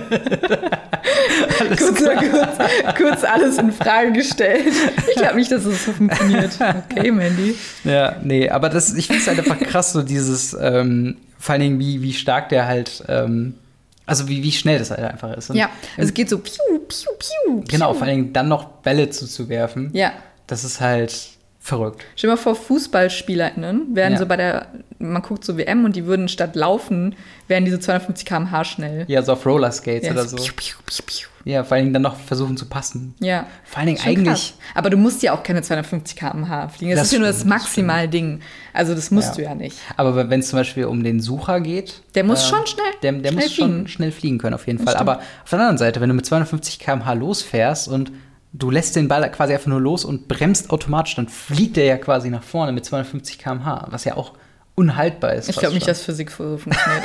Alles kurz, klar. kurz, kurz alles in Frage gestellt. Ich glaube nicht, dass es so funktioniert. Okay, Mandy. Ja, nee, aber das, ich finde es halt einfach krass, so dieses, ähm, vor allen Dingen, wie, wie stark der halt, ähm, also wie, wie schnell das halt einfach ist. Und Ja, also es geht so piu, piu, piu. Genau, piu. vor allen Dingen dann noch Bälle zuzuwerfen. Ja. Das ist halt verrückt. Stell dir mal vor, FußballspielerInnen werden Ja. so bei der, man guckt so W M und die würden statt laufen, wären diese zweihundertfünfzig Kilometer pro Stunde schnell. Ja, so auf Rollerskates Ja, oder so so. piu, piu, piu, piu. Ja, vor allen Dingen dann noch versuchen zu passen. Ja. Vor allen Dingen Schon eigentlich. krass. Aber du musst ja auch keine zweihundertfünfzig Kilometer pro Stunde fliegen. Das, Das ist ja nur das stimmt, das maximal Ding. Also das musst Ja. du ja nicht. Aber wenn es zum Beispiel um den Sucher geht. Der muss äh, schon schnell, Der, der schnell muss schon fliegen. schnell fliegen können, auf jeden Das Fall. stimmt. Aber auf der anderen Seite, wenn du mit zweihundertfünfzig Kilometer pro Stunde losfährst und du lässt den Ball quasi einfach nur los und bremst automatisch, dann fliegt der ja quasi nach vorne mit zweihundertfünfzig Kilometer pro Stunde, was ja auch unhaltbar ist. Ich fast glaube nicht, schon. dass Physik so funktioniert.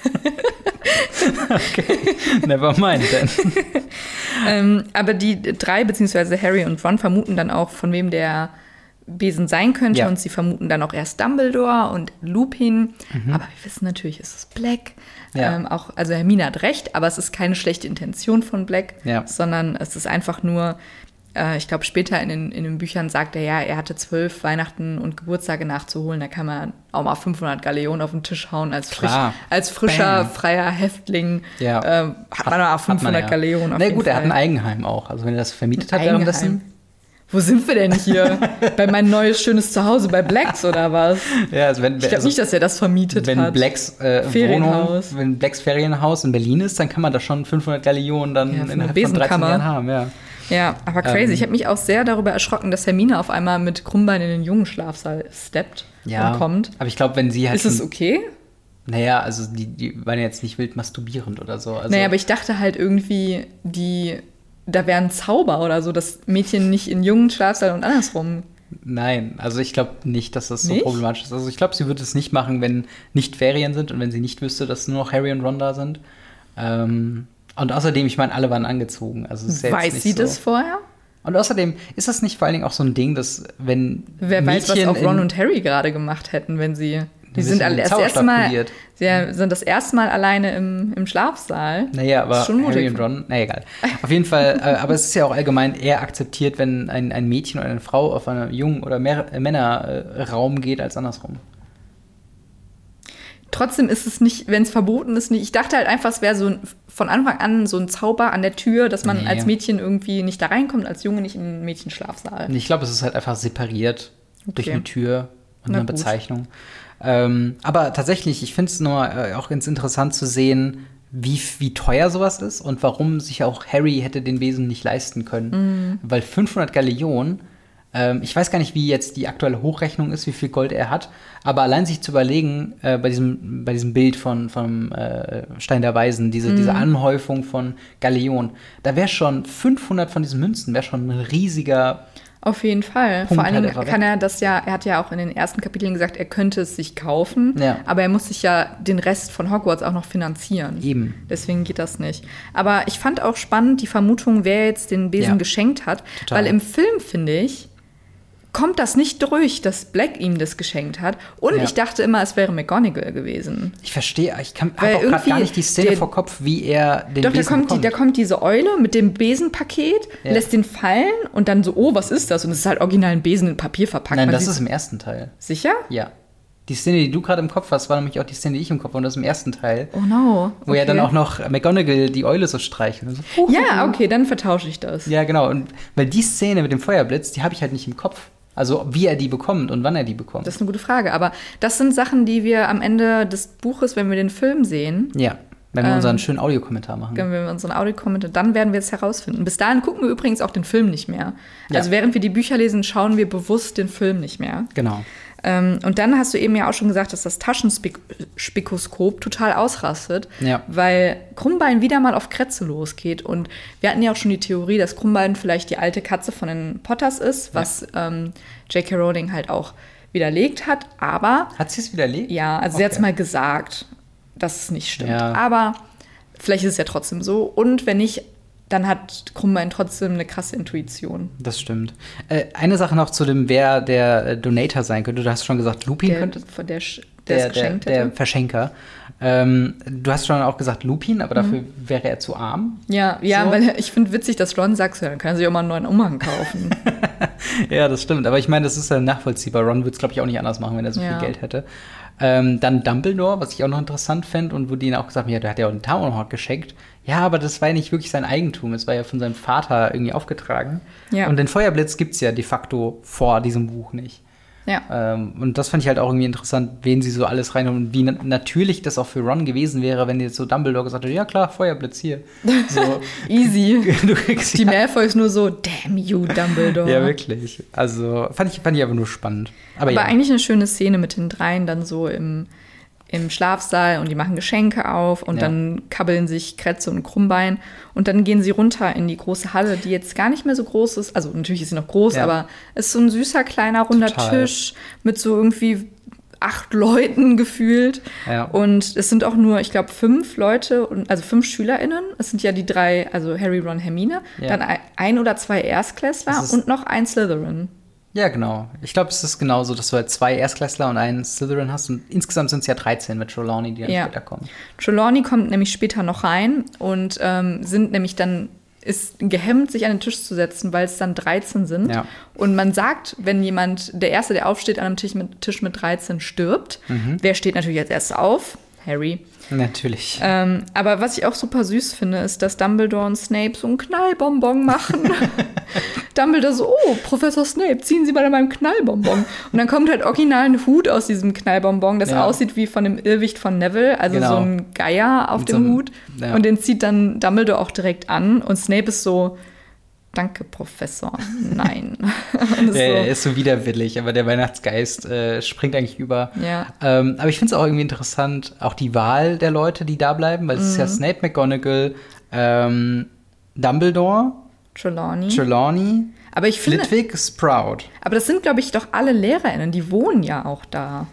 Okay, never mind then. ähm, aber die drei, beziehungsweise Harry und Ron, vermuten dann auch, von wem der Besen sein könnte. Ja. Und sie vermuten dann auch erst Dumbledore und Lupin. Mhm. Aber wir wissen natürlich, es ist Black. Ja. Ähm, auch, also Hermine hat recht, aber es ist keine schlechte Intention von Black, Ja. sondern es ist einfach nur, äh, ich glaube, später in den, in den Büchern sagt er, ja, er hatte zwölf Weihnachten und Geburtstage nachzuholen. Da kann man auch mal fünfhundert Galeonen auf den Tisch hauen. Als, frisch, Klar. als frischer, Bam. freier Häftling Ja. ähm, hat man auch fünfhundert ja. Galeonen auf Na jeden gut, er hat Fall. ein Eigenheim auch. Also wenn er das vermietet hat Eigenheim. währenddessen. Wo sind wir denn hier? Bei meinem neues schönes Zuhause bei Blacks oder was? Ja, also wenn, Ich glaube also, nicht, dass er das vermietet wenn hat. Blacks äh, Wohnung, Ferienhaus. wenn Blacks Ferienhaus in Berlin ist, dann kann man da schon fünfhundert Gallionen dann Ja, für eine innerhalb von dreizehn Besenkammer. Jahren haben, ja. Ja, aber crazy. Ähm. Ich habe mich auch sehr darüber erschrocken, dass Hermine auf einmal mit Krummbein in den Jungenschlafsaal steppt Ja, und kommt. aber ich glaube, wenn sie halt Ist es schon- okay? Naja, also die, die waren ja jetzt nicht wild masturbierend oder so. Also, naja, aber ich dachte halt irgendwie, die, da wäre ein Zauber oder so, dass Mädchen nicht in Jungenschlafsaal und andersrum. nein, also ich glaube nicht, dass das so Nicht? problematisch ist. Also ich glaube, sie würde es nicht machen, wenn nicht Ferien sind und wenn sie nicht wüsste, dass nur noch Harry und Ron da sind. Ähm, und außerdem, ich meine, alle waren angezogen. Also es ist ja jetzt Weiß nicht sie so. das vorher? Und außerdem ist das nicht vor allen Dingen auch so ein Ding, dass wenn Wer weiß, was Mädchen auch Ron in- und Harry gerade gemacht hätten, wenn sie. Die sind alle erst erste Mal, sie sind das erste Mal alleine im, im Schlafsaal. Naja, aber schon Harry und Ron, na egal. Auf jeden Fall, äh, aber es ist ja auch allgemein eher akzeptiert, wenn ein, ein Mädchen oder eine Frau auf einen Jungen- oder mehr, äh, Männerraum geht, als andersrum. Trotzdem ist es nicht, wenn es verboten ist, nicht. Ich dachte halt einfach, es wäre so ein, von Anfang an so ein Zauber an der Tür, dass man nee. als Mädchen irgendwie nicht da reinkommt, als Junge nicht in den Mädchenschlafsaal. Ich glaube, es ist halt einfach separiert okay. durch eine Tür und Na eine gut. Bezeichnung. Ähm, aber tatsächlich, ich finde es nur äh, auch ganz interessant zu sehen, wie, wie teuer sowas ist und warum sich auch Harry hätte den Besen nicht leisten können. Mm. Weil fünfhundert Gallionen, ähm, ich weiß gar nicht, wie jetzt die aktuelle Hochrechnung ist, wie viel Gold er hat, aber allein sich zu überlegen, äh, bei, diesem, bei diesem Bild von, vom äh, Stein der Weisen, diese, mm. diese Anhäufung von Gallionen, da wäre schon fünfhundert von diesen Münzen, wäre schon ein riesiger Auf jeden Fall. Punkt. Vor allem halt kann er das ja, er hat ja auch in den ersten Kapiteln gesagt, er könnte es sich kaufen, ja. aber er muss sich ja den Rest von Hogwarts auch noch finanzieren. Eben. Deswegen geht das nicht. Aber ich fand auch spannend die Vermutung, wer jetzt den Besen ja. geschenkt hat, Total. Weil im Film, finde ich, kommt das nicht durch, dass Black ihm das geschenkt hat. Und ja. ich dachte immer, es wäre McGonagall gewesen. Ich verstehe, ich habe auch gerade gar nicht die Szene der, vor Kopf, wie er den doch, Besen da kommt. bekommt. Die, da kommt diese Eule mit dem Besenpaket, ja. lässt den fallen und dann so, oh, was ist das? Und es ist halt original ein Besen in Papier verpackt. Nein, Man das sieht, ist im ersten Teil. Sicher? Ja. Die Szene, die du gerade im Kopf hast, war nämlich auch die Szene, die ich im Kopf habe, und das ist im ersten Teil. Oh no. Wo okay. ja dann auch noch McGonagall die Eule so streichelt. So, uh, ja, okay, dann vertausche ich das. Ja, genau. Und weil die Szene mit dem Feuerblitz, die habe ich halt nicht im Kopf. Also wie er die bekommt und wann er die bekommt. Das ist eine gute Frage. Aber das sind Sachen, die wir am Ende des Buches, wenn wir den Film sehen. Ja, wenn wir ähm, unseren schönen Audiokommentar machen. Wenn wir unseren Audiokommentar, dann werden wir es herausfinden. Bis dahin gucken wir übrigens auch den Film nicht mehr. Also ja. während wir die Bücher lesen, schauen wir bewusst den Film nicht mehr. Genau. Ähm, und dann hast du eben ja auch schon gesagt, dass das Taschenspikoskop total ausrastet, ja. weil Krummbein wieder mal auf Kretze losgeht. Und wir hatten ja auch schon die Theorie, dass Krummbein vielleicht die alte Katze von den Potters ist, was ja. ähm, J K. Rowling halt auch widerlegt hat. Aber hat sie es widerlegt? Ja, also okay. sie hat es mal gesagt, dass es nicht stimmt. Ja. Aber vielleicht ist es ja trotzdem so. Und wenn nicht, dann hat Krummbein trotzdem eine krasse Intuition. Das stimmt. Äh, eine Sache noch zu dem, wer der äh, Donator sein könnte. Du hast schon gesagt, Lupin der, könnte. Der, der, der, der, der Verschenker. Ähm, du hast schon auch gesagt Lupin, aber dafür mhm. wäre er zu arm. Ja, ja, so. Weil ich finde witzig, dass Ron sagt, dann kann er sich auch mal einen neuen Umhang kaufen. Ja, das stimmt. Aber ich meine, das ist ja nachvollziehbar. Ron würde es, glaube ich, auch nicht anders machen, wenn er so ja. viel Geld hätte. Ähm, dann Dumbledore, was ich auch noch interessant fände und wo die ihn auch gesagt haben, ja, der hat ja auch einen Tarnhorn geschenkt. Ja, aber das war ja nicht wirklich sein Eigentum. Es war ja von seinem Vater irgendwie aufgetragen. Ja. Und den Feuerblitz gibt es ja de facto vor diesem Buch nicht. Ja. Ähm, und das fand ich halt auch irgendwie interessant, wen sie so alles rein und wie na- natürlich das auch für Ron gewesen wäre, wenn jetzt so Dumbledore gesagt hätte, ja klar, Feuerblitz hier. So. Easy. Du kriegst, die ja. Malfoy ist nur so, damn you, Dumbledore. Ja, wirklich. Also fand ich, fand ich aber nur spannend. Aber, aber ja. eigentlich eine schöne Szene mit den dreien dann so im, im Schlafsaal und die machen Geschenke auf und ja. dann kabbeln sich Kretze und Krummbein und dann gehen sie runter in die große Halle, die jetzt gar nicht mehr so groß ist. Also natürlich ist sie noch groß, ja. aber es ist so ein süßer, kleiner, runder Total. Tisch mit so irgendwie acht Leuten gefühlt. Ja. Und es sind auch nur, ich glaube, fünf Leute, also fünf SchülerInnen. Es sind ja die drei, also Harry, Ron, Hermine. Ja. Dann ein oder zwei Erstklässler und noch ein Slytherin. Ja, genau. Ich glaube, es ist genauso, dass du halt zwei Erstklässler und einen Slytherin hast. Und insgesamt sind es ja dreizehn mit Trelawney, die dann ja. später kommen. Trelawney kommt nämlich später noch rein und ähm, sind nämlich dann, ist gehemmt, sich an den Tisch zu setzen, weil es dann dreizehn sind. Ja. Und man sagt, wenn jemand, der Erste, der aufsteht an einem Tisch mit, Tisch mit dreizehn, stirbt, mhm. wer steht natürlich als Erstes auf? Harry. Natürlich. Ähm, aber was ich auch super süß finde, ist, dass Dumbledore und Snape so einen Knallbonbon machen. Dumbledore so, oh, Professor Snape, ziehen Sie mal an meinem Knallbonbon. Und dann kommt halt original ein Hut aus diesem Knallbonbon, das ja. aussieht wie von dem Irrwicht von Neville, also genau. so ein Geier auf Mit dem so einem, Hut. Ja. Und den zieht dann Dumbledore auch direkt an. Und Snape ist so, danke, Professor. Nein. Der so. ist so widerwillig, aber der Weihnachtsgeist äh, springt eigentlich über. Ja. Ähm, aber ich finde es auch irgendwie interessant, auch die Wahl der Leute, die da bleiben, weil es Mhm. ist ja Snape, McGonagall, ähm, Dumbledore, Trelawney. Trelawney, aber ich finde, Flitwick, Sprout. aber das sind, glaube ich, doch alle LehrerInnen, die wohnen ja auch da.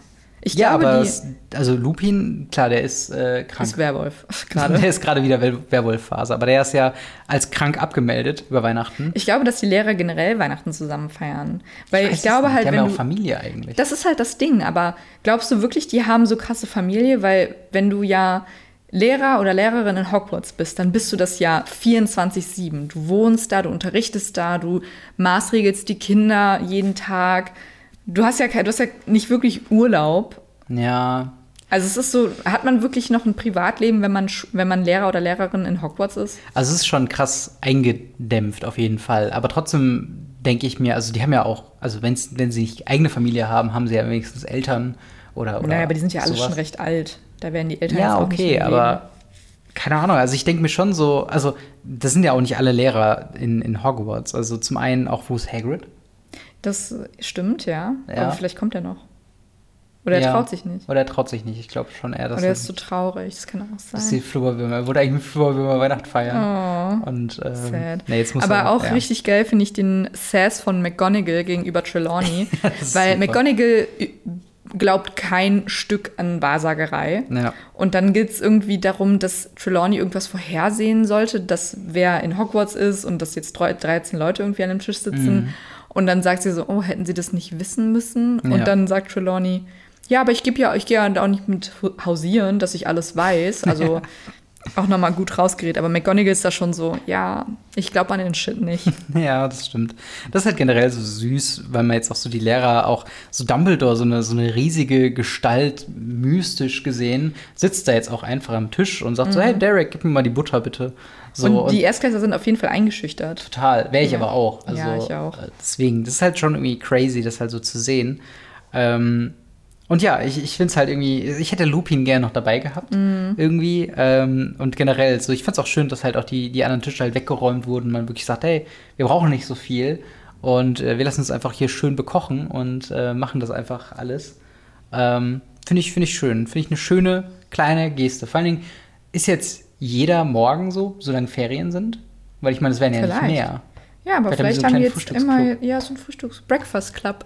Ich ja, glaube, aber die es, also Lupin, klar, der ist äh, krank. ist Werwolf gerade. Der ist gerade wieder Wer- Werwolf-Phase, aber der ist ja als krank abgemeldet über Weihnachten. Ich glaube, dass die Lehrer generell Weihnachten zusammen feiern. Weil ich, weiß es glaube nicht. halt, die haben wenn ja auch du, Familie eigentlich. das ist halt das Ding, aber glaubst du wirklich, die haben so krasse Familie? Weil wenn du ja Lehrer oder Lehrerin in Hogwarts bist, dann bist du das ja vierundzwanzig sieben. Du wohnst da, du unterrichtest da, du maßregelst die Kinder jeden Tag. Du hast ja, kein, du hast ja nicht wirklich Urlaub. Ja, Also es ist so, hat man wirklich noch ein Privatleben, wenn man, sch- wenn man Lehrer oder Lehrerin in Hogwarts ist? also es ist schon krass eingedämpft auf jeden Fall. Aber trotzdem denke ich mir, also die haben ja auch, also wenn's, wenn sie nicht eigene Familie haben, haben sie ja wenigstens Eltern oder, oder Naja, aber die sind ja alle sowas. schon recht alt. Da werden die Eltern jetzt Ja, auch nicht okay, mehr aber keine Ahnung. Also ich denke mir schon so, also das sind ja auch nicht alle Lehrer in, in Hogwarts. Also zum einen auch, wo ist Hagrid? leben. Das stimmt, ja. Ja. Aber vielleicht kommt er noch. Oder er Ja. traut sich nicht. Oder er traut sich nicht. Ich glaube schon eher, dass Oder er er ist so traurig. Das kann auch dass die sein. Flurwürmer, er wollte eigentlich mit Flurwürmer Weihnachten feiern. Oh, Und ähm, sad. nee, jetzt muss Aber er, auch ja. richtig geil finde ich den Sass von McGonagall gegenüber Trelawney. Das ist Weil super. McGonagall glaubt kein Stück an Wahrsagerei. Ja. Und dann geht es irgendwie darum, dass Trelawney irgendwas vorhersehen sollte, dass wer in Hogwarts ist und dass jetzt dreizehn Leute irgendwie an dem Tisch sitzen. Mhm. Und dann sagt sie so, oh, hätten sie das nicht wissen müssen? Ja. Und dann sagt Trelawney, ja, aber ich gebe ja, ich gehe ja auch nicht mit hausieren, dass ich alles weiß. Also auch nochmal gut rausgeredet. Aber McGonagall ist da schon so, ja, ich glaube an den Shit nicht. Ja, das stimmt. Das ist halt generell so süß, weil man jetzt auch so die Lehrer, auch so Dumbledore, so eine, so eine riesige Gestalt, mystisch gesehen, sitzt da jetzt auch einfach am Tisch und sagt so, hey Derek, gib mir mal die Butter bitte. So, und die Erstklässler sind auf jeden Fall eingeschüchtert. total, wäre ich Ja. aber auch. Also, Ja, ich auch. äh, Deswegen, das ist halt schon irgendwie crazy, das halt so zu sehen. Ähm, und ja, ich, ich finde es halt irgendwie, ich hätte Lupin gerne noch dabei gehabt, Mhm. irgendwie. Ähm, und generell, so, ich fand es auch schön, dass halt auch die, die anderen Tische halt weggeräumt wurden. Man wirklich sagt, hey, wir brauchen nicht so viel. Und äh, wir lassen uns einfach hier schön bekochen und äh, machen das einfach alles. Ähm, finde ich, finde ich schön. Finde ich eine schöne, kleine Geste. Vor allen Dingen ist jetzt jeder Morgen so, solange Ferien sind. Weil ich meine, es werden ja Vielleicht. nicht mehr. Ja, aber Vielleicht haben vielleicht die so einen haben die kleinen jetzt immer, Frühstücksclub. ja, so ein Frühstücks-Breakfast-Club.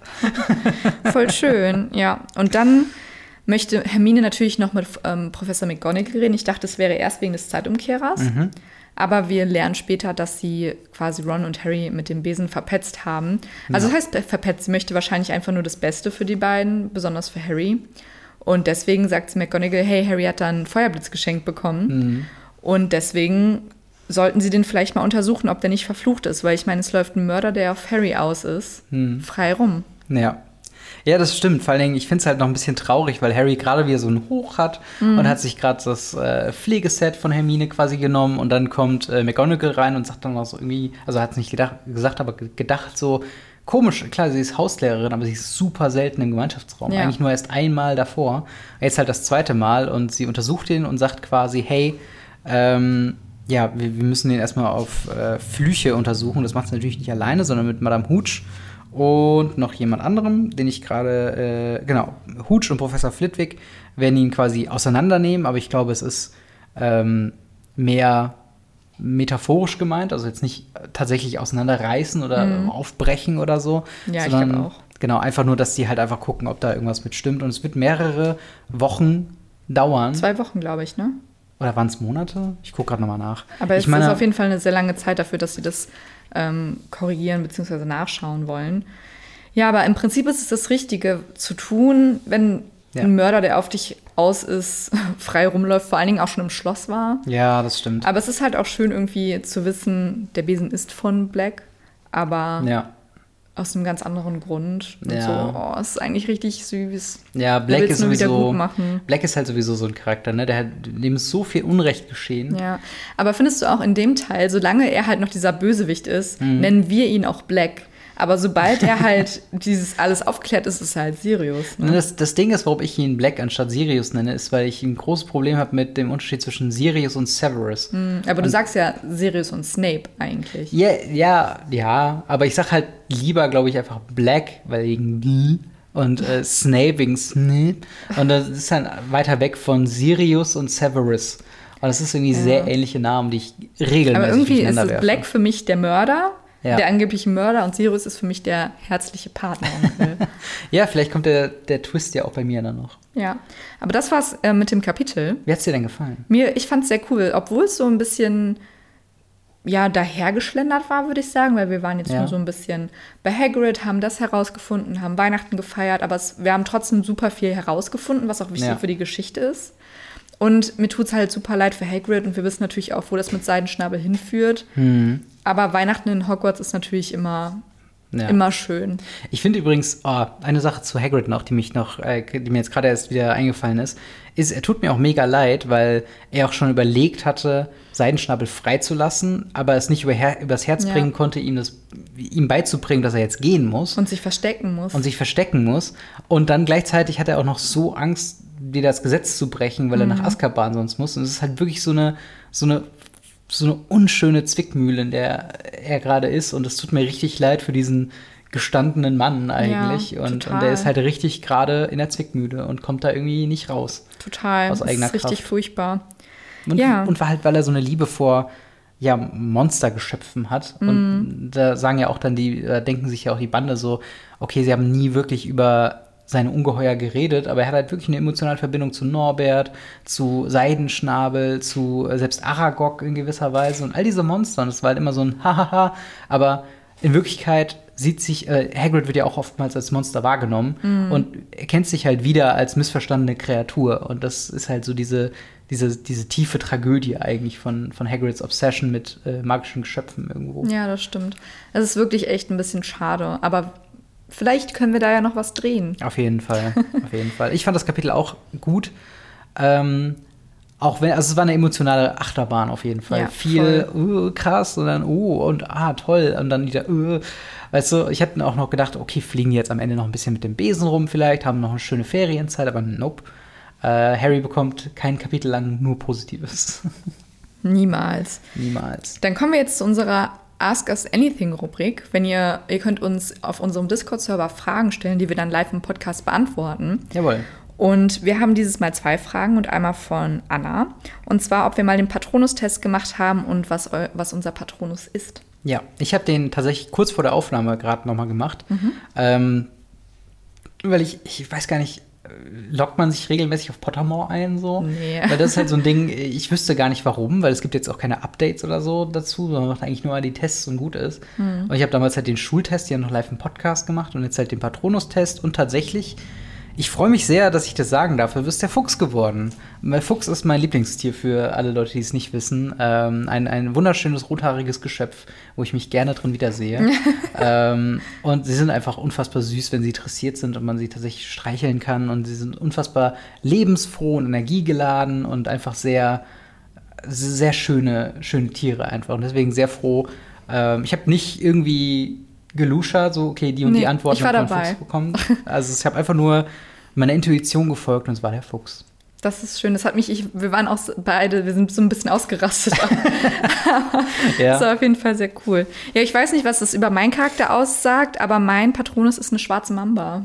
Voll schön, ja. Und dann möchte Hermine natürlich noch mit ähm, Professor McGonagall reden. Ich dachte, es wäre erst wegen des Zeitumkehrers. Mhm. Aber wir lernen später, dass sie quasi Ron und Harry mit dem Besen verpetzt haben. Also das heißt, verpetzt, sie möchte wahrscheinlich einfach nur das Beste für die beiden, besonders für Harry. Und deswegen sagt sie McGonagall, hey, Harry hat da einen Feuerblitz geschenkt bekommen. Mhm. Und deswegen sollten sie den vielleicht mal untersuchen, ob der nicht verflucht ist. Weil ich meine, es läuft ein Mörder, der auf Harry aus ist, Mhm. frei rum. Ja. Ja, das stimmt. Vor allen Dingen, ich finde es halt noch ein bisschen traurig, weil Harry gerade wieder so einen Hoch hat und hat sich gerade das äh, Pflegeset von Hermine quasi genommen und dann kommt äh, McGonagall rein und sagt dann auch so irgendwie, also hat es nicht gedacht, gesagt, aber ge- gedacht so, komisch, klar, sie ist Hauslehrerin, aber sie ist super selten im Gemeinschaftsraum. Ja. Eigentlich nur erst einmal davor. Jetzt halt das zweite Mal und sie untersucht ihn und sagt quasi, hey, ähm, ja, wir, wir müssen den erstmal auf äh, Flüche untersuchen. Das macht sie natürlich nicht alleine, sondern mit Madame Hooch und noch jemand anderem, den ich gerade, äh, genau, Hooch und Professor Flitwick werden ihn quasi auseinandernehmen, aber ich glaube, es ist ähm, mehr metaphorisch gemeint, also jetzt nicht tatsächlich auseinanderreißen oder Mhm. aufbrechen oder so. Ja, ich sondern, glaube auch. Genau, einfach nur, dass die halt einfach gucken, ob da irgendwas mit stimmt. Und es wird mehrere Wochen dauern. Zwei Wochen, glaube ich, ne? Oder waren es Monate? Ich gucke gerade nochmal nach. Aber es ich meine, ist auf jeden Fall eine sehr lange Zeit dafür, dass sie das ähm, korrigieren bzw. nachschauen wollen. Ja, aber im Prinzip ist es das Richtige zu tun, wenn Ja. ein Mörder, der auf dich aus ist, frei rumläuft, vor allen Dingen auch schon im Schloss war. Ja, das stimmt. Aber es ist halt auch schön irgendwie zu wissen, der Besen ist von Black, aber Ja. aus einem ganz anderen Grund. Und Ja. so, oh, es ist eigentlich richtig süß. Ja, Der Black will's ist nur wieder sowieso. gut machen. Black ist halt sowieso so ein Charakter, ne? Der hat, dem ist so viel Unrecht geschehen. Ja, aber findest du auch in dem Teil, solange er halt noch dieser Bösewicht ist, Mhm. nennen wir ihn auch Black. Aber sobald er halt dieses alles aufklärt, ist es halt Sirius. Und Ne? Das, das Ding ist, warum ich ihn Black anstatt Sirius nenne, ist, weil ich ein großes Problem habe mit dem Unterschied zwischen Sirius und Severus. Mhm, aber du sagst ja Sirius und Snape eigentlich. Ja, ja, ja, aber ich sag halt lieber, glaube ich, einfach Black, weil wegen Bl und äh, Snape wegen Snape. Und das ist dann weiter weg von Sirius und Severus. Und das ist irgendwie Ja. sehr ähnliche Namen, die ich regelmäßig Aber irgendwie ist durcheinander es werfe. Black für mich der Mörder, Ja. der angebliche Mörder, und Sirius ist für mich der herzliche Partneronkel. Ja, vielleicht kommt der, der Twist ja auch bei mir dann noch. Ja, aber das war's äh, mit dem Kapitel. Wie hat's dir denn gefallen? Mir, ich fand's sehr cool, obwohl es so ein bisschen ja, dahergeschlendert war, würde ich sagen, weil wir waren jetzt Ja. nur so ein bisschen bei Hagrid, haben das herausgefunden, haben Weihnachten gefeiert, aber es, wir haben trotzdem super viel herausgefunden, was auch wichtig Ja. für die Geschichte ist. Und mir tut's halt super leid für Hagrid und wir wissen natürlich auch, wo das mit Seidenschnabel hinführt. Hm. Aber Weihnachten in Hogwarts ist natürlich immer, Ja. immer schön. Ich finde übrigens, oh, eine Sache zu Hagrid noch, die mich noch, äh, die mir jetzt gerade erst wieder eingefallen ist, ist, er tut mir auch mega leid, weil er auch schon überlegt hatte, Seidenschnabel freizulassen, aber es nicht über Her- übers Herz Ja. bringen konnte, ihm das, ihm beizubringen, dass er jetzt gehen muss Und sich verstecken muss. und sich verstecken muss. Und dann gleichzeitig hat er auch noch so Angst, wieder das Gesetz zu brechen, weil er nach Azkaban sonst muss. Und es ist halt wirklich so eine, so eine, so eine unschöne Zwickmühle, in der er gerade ist. Und es tut mir richtig leid für diesen gestandenen Mann eigentlich. Ja, und, total. und der ist halt richtig gerade in der Zwickmühle und kommt da irgendwie nicht raus. Total. Aus Das eigener ist richtig Kraft. furchtbar. Und, Ja. und war halt, weil er so eine Liebe vor ja, Monstergeschöpfen hat. Mhm. Und da sagen ja auch dann die, da denken sich ja auch die Bande so, okay, sie haben nie wirklich über seine Ungeheuer geredet, aber er hat halt wirklich eine emotionale Verbindung zu Norbert, zu Seidenschnabel, zu äh, selbst Aragog in gewisser Weise und all diese Monster. Und es war halt immer so ein Hahaha, aber in Wirklichkeit sieht sich, äh, Hagrid wird ja auch oftmals als Monster wahrgenommen und erkennt sich halt wieder als missverstandene Kreatur. Und das ist halt so diese, diese, diese tiefe Tragödie eigentlich von, von Hagrids Obsession mit äh, magischen Geschöpfen irgendwo. Ja, das stimmt. Es ist wirklich echt ein bisschen schade, aber vielleicht können wir da ja noch was drehen. Auf jeden Fall, auf jeden Fall. Ich fand das Kapitel auch gut. Ähm, auch wenn, also es war eine emotionale Achterbahn auf jeden Fall. Ja, Viel uh, krass und dann, oh, und ah, toll. Und dann wieder, uh. Weißt du, ich hätte auch noch gedacht, okay, fliegen die jetzt am Ende noch ein bisschen mit dem Besen rum vielleicht, haben noch eine schöne Ferienzeit, aber nope. Äh, Harry bekommt kein Kapitel lang nur Positives. Niemals. Niemals. Dann kommen wir jetzt zu unserer Ask Us Anything-Rubrik. Wenn ihr, ihr könnt uns auf unserem Discord-Server Fragen stellen, die wir dann live im Podcast beantworten. Jawohl. Und wir haben dieses Mal zwei Fragen und einmal von Anna. Und zwar, ob wir mal den Patronus-Test gemacht haben und was, eu- was unser Patronus ist. Ja, ich habe den tatsächlich kurz vor der Aufnahme gerade noch mal gemacht. Ähm, weil ich, ich weiß gar nicht, äh, loggt man sich regelmäßig auf Pottermore ein so? Nee. Weil das ist halt so ein Ding, ich wüsste gar nicht warum, weil es gibt jetzt auch keine Updates oder so dazu, sondern man macht eigentlich nur die Tests und gut ist. Und ich habe damals halt den Schultest hier noch live im Podcast gemacht und jetzt halt den Patronus-Test und tatsächlich, ich freue mich sehr, dass ich das sagen darf. Du bist der Fuchs geworden. Weil Fuchs ist mein Lieblingstier für alle Leute, die es nicht wissen. Ähm, ein, ein wunderschönes, rothaariges Geschöpf, wo ich mich gerne drin wiedersehe. ähm, und sie sind einfach unfassbar süß, wenn sie dressiert sind und man sie tatsächlich streicheln kann. Und sie sind unfassbar lebensfroh und energiegeladen und einfach sehr, sehr schöne, schöne Tiere einfach. Und deswegen sehr froh. Ähm, ich habe nicht irgendwie geluschert, so, okay, die und Nee, die Antworten ich war hat mein dabei. Fuchs bekommen. Also ich habe einfach nur meiner Intuition gefolgt und es war der Fuchs. Das ist schön. Das hat mich, ich, wir waren auch so- beide, wir sind so ein bisschen ausgerastet. Ja. Das war auf jeden Fall sehr cool. Ja, ich weiß nicht, was das über meinen Charakter aussagt, aber mein Patronus ist eine schwarze Mamba.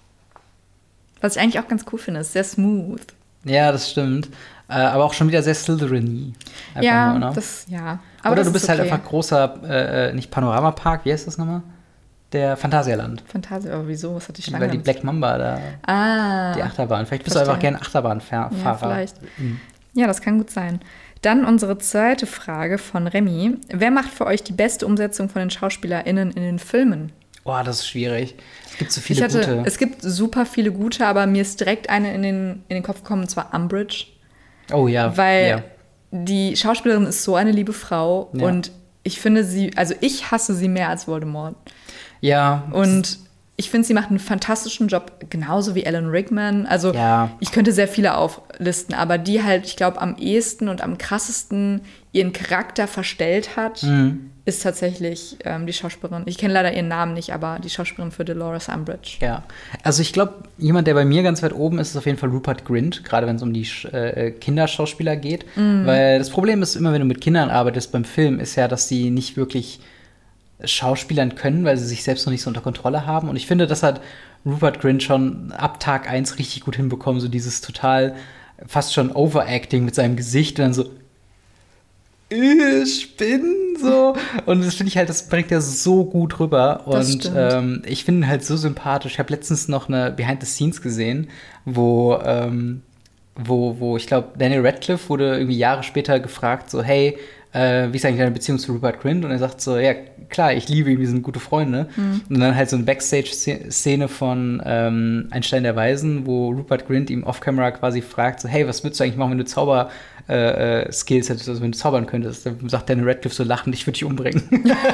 Was ich eigentlich auch ganz cool finde. Ist sehr smooth. Ja, das stimmt. Äh, aber auch schon wieder sehr Slytherin-y. Einfach Ja, nur, ne? das, ja. Aber Oder das du bist ist halt okay. einfach großer, äh, nicht Panoramapark, wie heißt das nochmal? Der Phantasialand. Fantasie, aber wieso? Was hat die Schlange? Weil die damit- Black Mamba da, Ah. die Achterbahn. Vielleicht bist verstehe. du einfach gerne Achterbahnfahrer. Ja, vielleicht. Ja, das kann gut sein. Dann unsere zweite Frage von Remy. Wer macht für euch die beste Umsetzung von den SchauspielerInnen in den Filmen? Boah, das ist schwierig. Es gibt so Ich viele hatte, gute. es gibt super viele gute, aber mir ist direkt eine in den, in den Kopf gekommen, und zwar Umbridge. Oh ja. Weil ja. die Schauspielerin ist so eine liebe Frau Ja. und ich finde sie, also ich hasse sie mehr als Voldemort. Ja. Und ich finde, sie macht einen fantastischen Job, genauso wie Alan Rickman. Also Ja. ich könnte sehr viele auflisten, aber die halt, ich glaube, am ehesten und am krassesten ihren Charakter verstellt hat, Mhm. ist tatsächlich ähm, die Schauspielerin. Ich kenne leider ihren Namen nicht, aber die Schauspielerin für Dolores Umbridge. Ja, also ich glaube, jemand, der bei mir ganz weit oben ist, ist auf jeden Fall Rupert Grint, gerade wenn es um die Sch- äh, Kinderschauspieler geht. Weil das Problem ist immer, wenn du mit Kindern arbeitest beim Film, ist ja, dass sie nicht wirklich schauspielern können, weil sie sich selbst noch nicht so unter Kontrolle haben. Und ich finde, das hat Rupert Grint schon ab Tag eins richtig gut hinbekommen, so dieses total fast schon Overacting mit seinem Gesicht und dann so ich bin so. Und das finde ich halt, das bringt er so gut rüber. Und ähm, ich finde ihn halt so sympathisch. Ich habe letztens noch eine Behind the Scenes gesehen, wo, ähm, wo, wo ich glaube, Daniel Radcliffe wurde irgendwie Jahre später gefragt, so, hey, äh, wie ist eigentlich deine Beziehung zu Rupert Grint? Und er sagt so, ja, klar, ich liebe ihn, wir sind gute Freunde. Mhm. Und dann halt so eine Backstage-Szene von ähm, Ein Stein der Weisen, wo Rupert Grint ihm off-camera quasi fragt, so, hey, was würdest du eigentlich machen, wenn du Zauber äh, äh, Skills hättest, also wenn du zaubern könntest? Dann sagt Daniel Radcliffe so lachend, ich würde dich umbringen.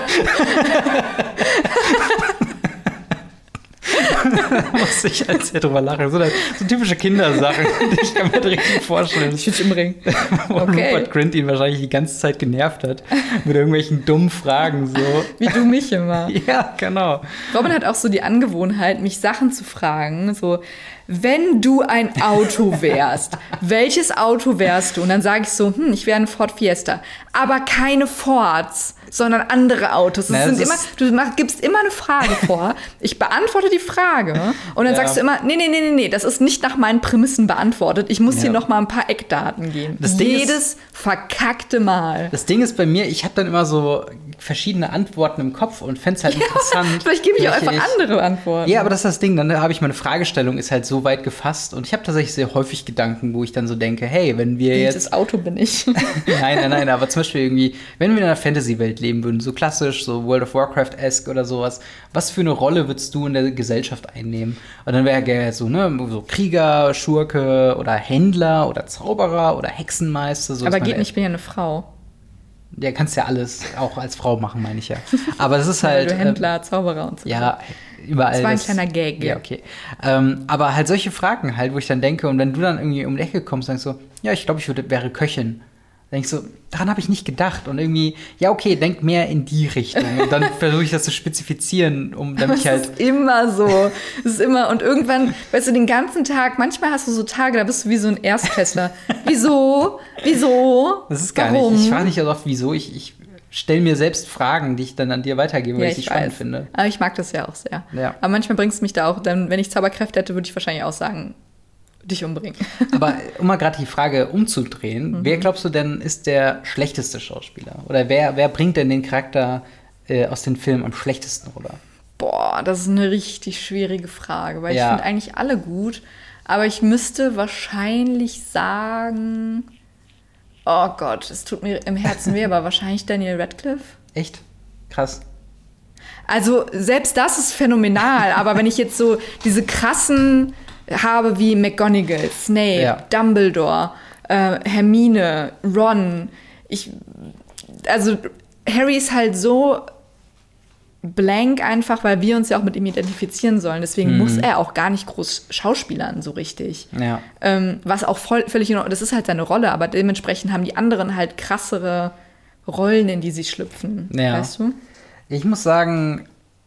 Muss ich halt sehr drüber lachen. So, so typische Kindersachen, die ich kann mir richtig vorstellen. Ich würde umbringen. Wo okay. Rupert Grint ihn wahrscheinlich die ganze Zeit genervt hat. Mit irgendwelchen dummen Fragen. So. Wie du mich immer. Ja, genau. Robin hat auch so die Angewohnheit, mich Sachen zu fragen. So, wenn du ein Auto wärst, welches Auto wärst du? Und dann sage ich so, hm, ich wäre ein Ford Fiesta. Aber keine Fords, sondern andere Autos. Das Na, sind das immer, du mach, gibst immer eine Frage vor. Ich beantworte die Frage und dann ja. sagst du immer, nee, nee, nee, nee, nee, das ist nicht nach meinen Prämissen beantwortet. Ich muss ja. dir noch mal ein paar Eckdaten geben. Das Jedes ist, verkackte Mal. Das Ding ist bei mir, ich habe dann immer so verschiedene Antworten im Kopf und fände es halt ja, interessant. Vielleicht gebe ich auch einfach ich, andere Antworten. Ja, aber das ist das Ding. Dann habe ich meine Fragestellung ist halt so weit gefasst und ich habe tatsächlich sehr häufig Gedanken, wo ich dann so denke, hey, wenn wir jetzt... Dieses Auto bin ich. nein, nein, nein, aber zum Beispiel irgendwie, wenn wir in einer Fantasy-Welt leben würden, so klassisch, so World of Warcraft-esque oder sowas, was für eine Rolle würdest du in der Gesellschaft einnehmen? Und dann wäre ja so, ne, so Krieger, Schurke oder Händler oder Zauberer oder Hexenmeister. So aber geht nicht, ich bin ja eine Frau. Ja, kannst ja alles auch als Frau machen, meine ich ja. Aber es ist halt... Du Händler, äh, Zauberer und so. Ja, überall. Das war ein kleiner Gag. Ja, okay. Ähm, aber halt solche Fragen halt, wo ich dann denke, und wenn du dann irgendwie um die Ecke kommst, denkst du so, ja, ich glaube, ich würde, wäre Köchin. Dann denk ich so, daran habe ich nicht gedacht. Und irgendwie, ja, okay, denk mehr in die Richtung. Und dann versuche ich das zu spezifizieren, um damit ich halt... Das ist immer so. Das ist immer, und irgendwann, weißt du, den ganzen Tag, manchmal hast du so Tage, da bist du wie so ein Erstklässler. Wieso? Wieso? Das ist gar Warum? nicht, ich frage nicht so oft, wieso. Ich, ich stelle mir selbst Fragen, die ich dann an dir weitergebe, weil ja, ich sie spannend finde. Aber ich mag das ja auch sehr. Ja. Aber manchmal bringst du mich da auch, dann, wenn ich Zauberkräfte hätte, würde ich wahrscheinlich auch sagen, dich umbringen. Aber um mal gerade die Frage umzudrehen, mhm. wer glaubst du denn ist der schlechteste Schauspieler? Oder wer, wer bringt denn den Charakter äh, aus den Filmen am schlechtesten rüber? Boah, das ist eine richtig schwierige Frage, weil ja. ich finde eigentlich alle gut, aber ich müsste wahrscheinlich sagen, oh Gott, es tut mir im Herzen weh, aber wahrscheinlich Daniel Radcliffe. Echt? Krass. Also selbst das ist phänomenal, aber wenn ich jetzt so diese krassen habe wie McGonagall, Snape, ja. Dumbledore, äh, Hermine, Ron. Ich, also Harry ist halt so blank einfach, weil wir uns ja auch mit ihm identifizieren sollen. Deswegen mhm. muss er auch gar nicht groß schauspielern, so richtig. Ja. Ähm, was auch voll, völlig in Ordnung, das ist halt seine Rolle, aber dementsprechend haben die anderen halt krassere Rollen, in die sie schlüpfen. Ja. Weißt du? Ich muss sagen...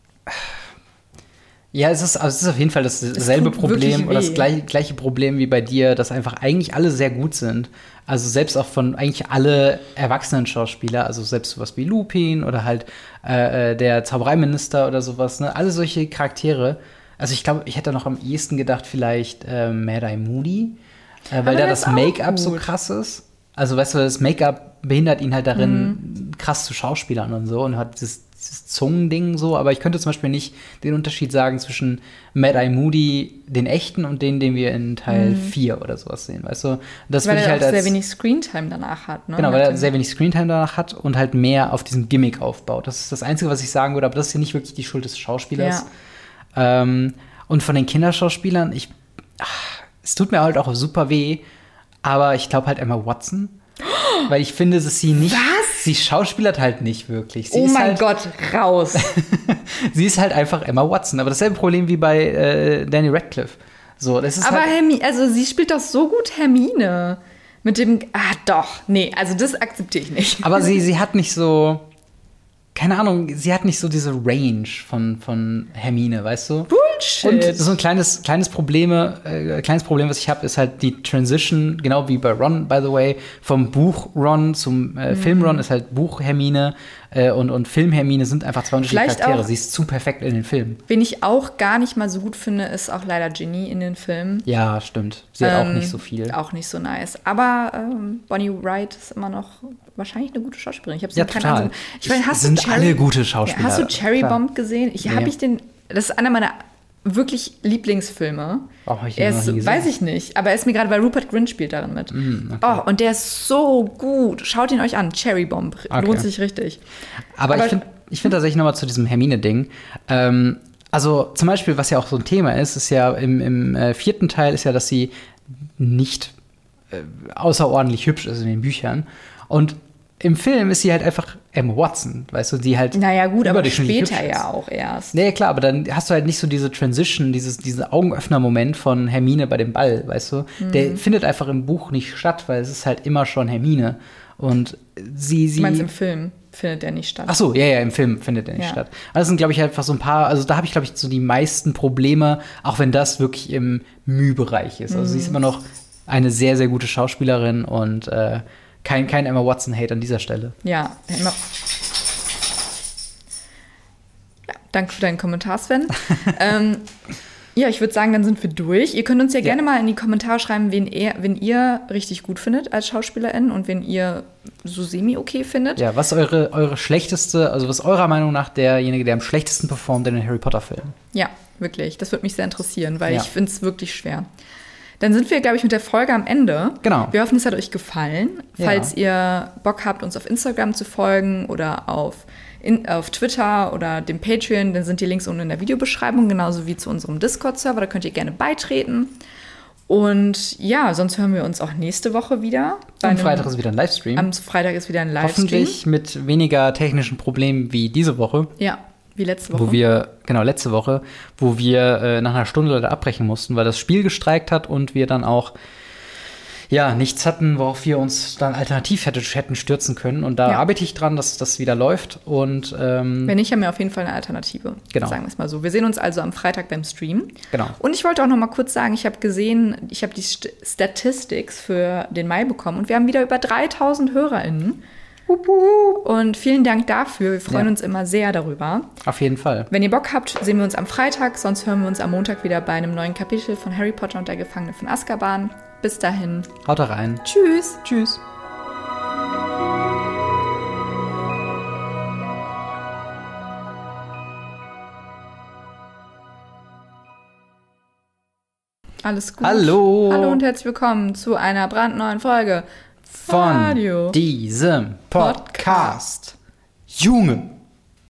Ja, es ist, also es ist auf jeden Fall dasselbe Problem oder das gleiche, gleiche Problem wie bei dir, dass einfach eigentlich alle sehr gut sind. Also selbst auch von eigentlich alle erwachsenen Schauspieler, also selbst sowas wie Lupin oder halt äh, der Zaubereiminister oder sowas, ne? Alle solche Charaktere. Also ich glaube, ich hätte noch am ehesten gedacht, vielleicht äh, Mad-Eye Moody, äh, weil da das Make-up so krass ist. Also weißt du, das Make-up behindert ihn halt darin, mhm. krass zu schauspielern und so und hat dieses dieses Zungending so, aber ich könnte zum Beispiel nicht den Unterschied sagen zwischen Mad-Eye Moody, den echten, und den, den wir in Teil vier mhm. oder sowas sehen, weißt du? Das weil er ich halt auch sehr wenig Screentime danach hat, ne? Genau, weil er sehr wenig Screentime danach hat und halt mehr auf diesem Gimmick aufbaut. Das ist das Einzige, was ich sagen würde, aber das ist ja nicht wirklich die Schuld des Schauspielers. Ja. Ähm, und von den Kinderschauspielern, ich, ach, es tut mir halt auch super weh, aber ich glaube halt Emma Watson, weil ich finde, dass sie nicht... Was? Sie schauspielert halt nicht wirklich. Sie oh ist mein halt, Gott, raus. Sie ist halt einfach Emma Watson. Aber dasselbe Problem wie bei äh, Danny Radcliffe. So, das ist aber halt Hermine, also sie spielt doch so gut Hermine. Mit dem, ah doch, nee, also das akzeptiere ich nicht. Aber sie, sie hat nicht so, keine Ahnung, sie hat nicht so diese Range von, von Hermine, weißt du? Bullshit. Und so ein kleines, kleines Probleme, äh, kleines Problem, was ich habe, ist halt die Transition, genau wie bei Ron, by the way, vom Buch Ron zum äh, Film Mhm. Ron ist halt Buch Hermine äh, und, und Film Hermine sind einfach zwei unterschiedliche Vielleicht Charaktere. auch- Sie ist zu perfekt in den Filmen. Wen ich auch gar nicht mal so gut finde, ist auch leider Ginny in den Filmen. Ja, stimmt. Sie hat auch Ähm, nicht so viel. Auch nicht so nice. Aber ähm, Bonnie Wright ist immer noch wahrscheinlich eine gute Schauspielerin. Ich habe sie Ja, in keinem total. anderen- Ich meine, hast sind du Cherry, alle gute Schauspieler. Ja, hast du Cherry Klar. Bomb gesehen? Ich Nee. habe ich den. Das ist einer meiner wirklich Lieblingsfilme. Oh, hab ich den er noch ist, nie gesehen. weiß ich nicht, aber er ist mir gerade, weil Rupert Grint spielt darin mit. Mm, okay. Oh, und der ist so gut. Schaut ihn euch an. Cherry Bomb. Okay. Lohnt sich richtig. Aber, Aber- ich finde ich find tatsächlich nochmal zu diesem Hermine-Ding. Ähm, also zum Beispiel, was ja auch so ein Thema ist, ist ja im, im äh, vierten Teil ist ja, dass sie nicht äh, außerordentlich hübsch ist in den Büchern. Und im Film ist sie halt einfach Emma Watson, weißt du, die halt Naja, gut, aber überdurchschnittlich später hübsch ist. ja auch erst. Nee, klar, aber dann hast du halt nicht so diese Transition, dieses, diesen Augenöffner-Moment von Hermine bei dem Ball, weißt du? Mhm. Der findet einfach im Buch nicht statt, weil es ist halt immer schon Hermine. Und sie, sie. Du meinst, im Film findet der nicht statt. Ach so, ja, ja, im Film findet er nicht Ja. statt. Also das sind, glaube ich, einfach so ein paar, also da habe ich, glaube ich, so die meisten Probleme, auch wenn das wirklich im Müh-Bereich ist. Also sie ist Mhm. immer noch eine sehr, sehr gute Schauspielerin und äh, kein, kein Emma Watson-Hate an dieser Stelle. Ja, immer. Ja, danke für deinen Kommentar, Sven. ähm, ja, ich würde sagen, dann sind wir durch. Ihr könnt uns ja, Ja. gerne mal in die Kommentare schreiben, wen ihr, wen ihr richtig gut findet als Schauspielerin und wen ihr so semi-okay findet. Ja, was eure, eure schlechteste, also was eurer Meinung nach derjenige, der am schlechtesten performt in den Harry Potter-Filmen? Ja, wirklich. Das würde mich sehr interessieren, weil Ja. ich finde es wirklich schwer. Dann sind wir, glaube ich, mit der Folge am Ende. Genau. Wir hoffen, es hat euch gefallen. Ja. Falls ihr Bock habt, uns auf Instagram zu folgen oder auf, in, auf Twitter oder dem Patreon, dann sind die Links unten in der Videobeschreibung, genauso wie zu unserem Discord-Server. Da könnt ihr gerne beitreten. Und ja, sonst hören wir uns auch nächste Woche wieder. Bei Am einem- Freitag ist wieder ein Livestream. Am Freitag ist wieder ein Livestream. Hoffentlich mit weniger technischen Problemen wie diese Woche. Ja, wie letzte Woche. Wo wir, genau, letzte Woche, wo wir äh, nach einer Stunde leider abbrechen mussten, weil das Spiel gestreikt hat und wir dann auch, ja, nichts hatten, worauf wir uns dann alternativ hätte, hätten stürzen können. Und da Ja. arbeite ich dran, dass das wieder läuft. Und ähm, Wenn nicht, haben wir auf jeden Fall eine Alternative. Genau. Sagen wir es mal so. Wir sehen uns also am Freitag beim Stream. Genau. Und ich wollte auch noch mal kurz sagen, ich habe gesehen, ich habe die St Statistics für den Mai bekommen und wir haben wieder über dreitausend HörerInnen. Und vielen Dank dafür. Wir freuen Ja. uns immer sehr darüber. auf jeden Fall. Wenn ihr Bock habt, sehen wir uns am Freitag. Sonst hören wir uns am Montag wieder bei einem neuen Kapitel von Harry Potter und der Gefangene von Azkaban. Bis dahin. Haut rein. Tschüss. Tschüss. Alles gut. Hallo. Hallo und herzlich willkommen zu einer brandneuen Folge Von Radio diesem Podcast. Junge.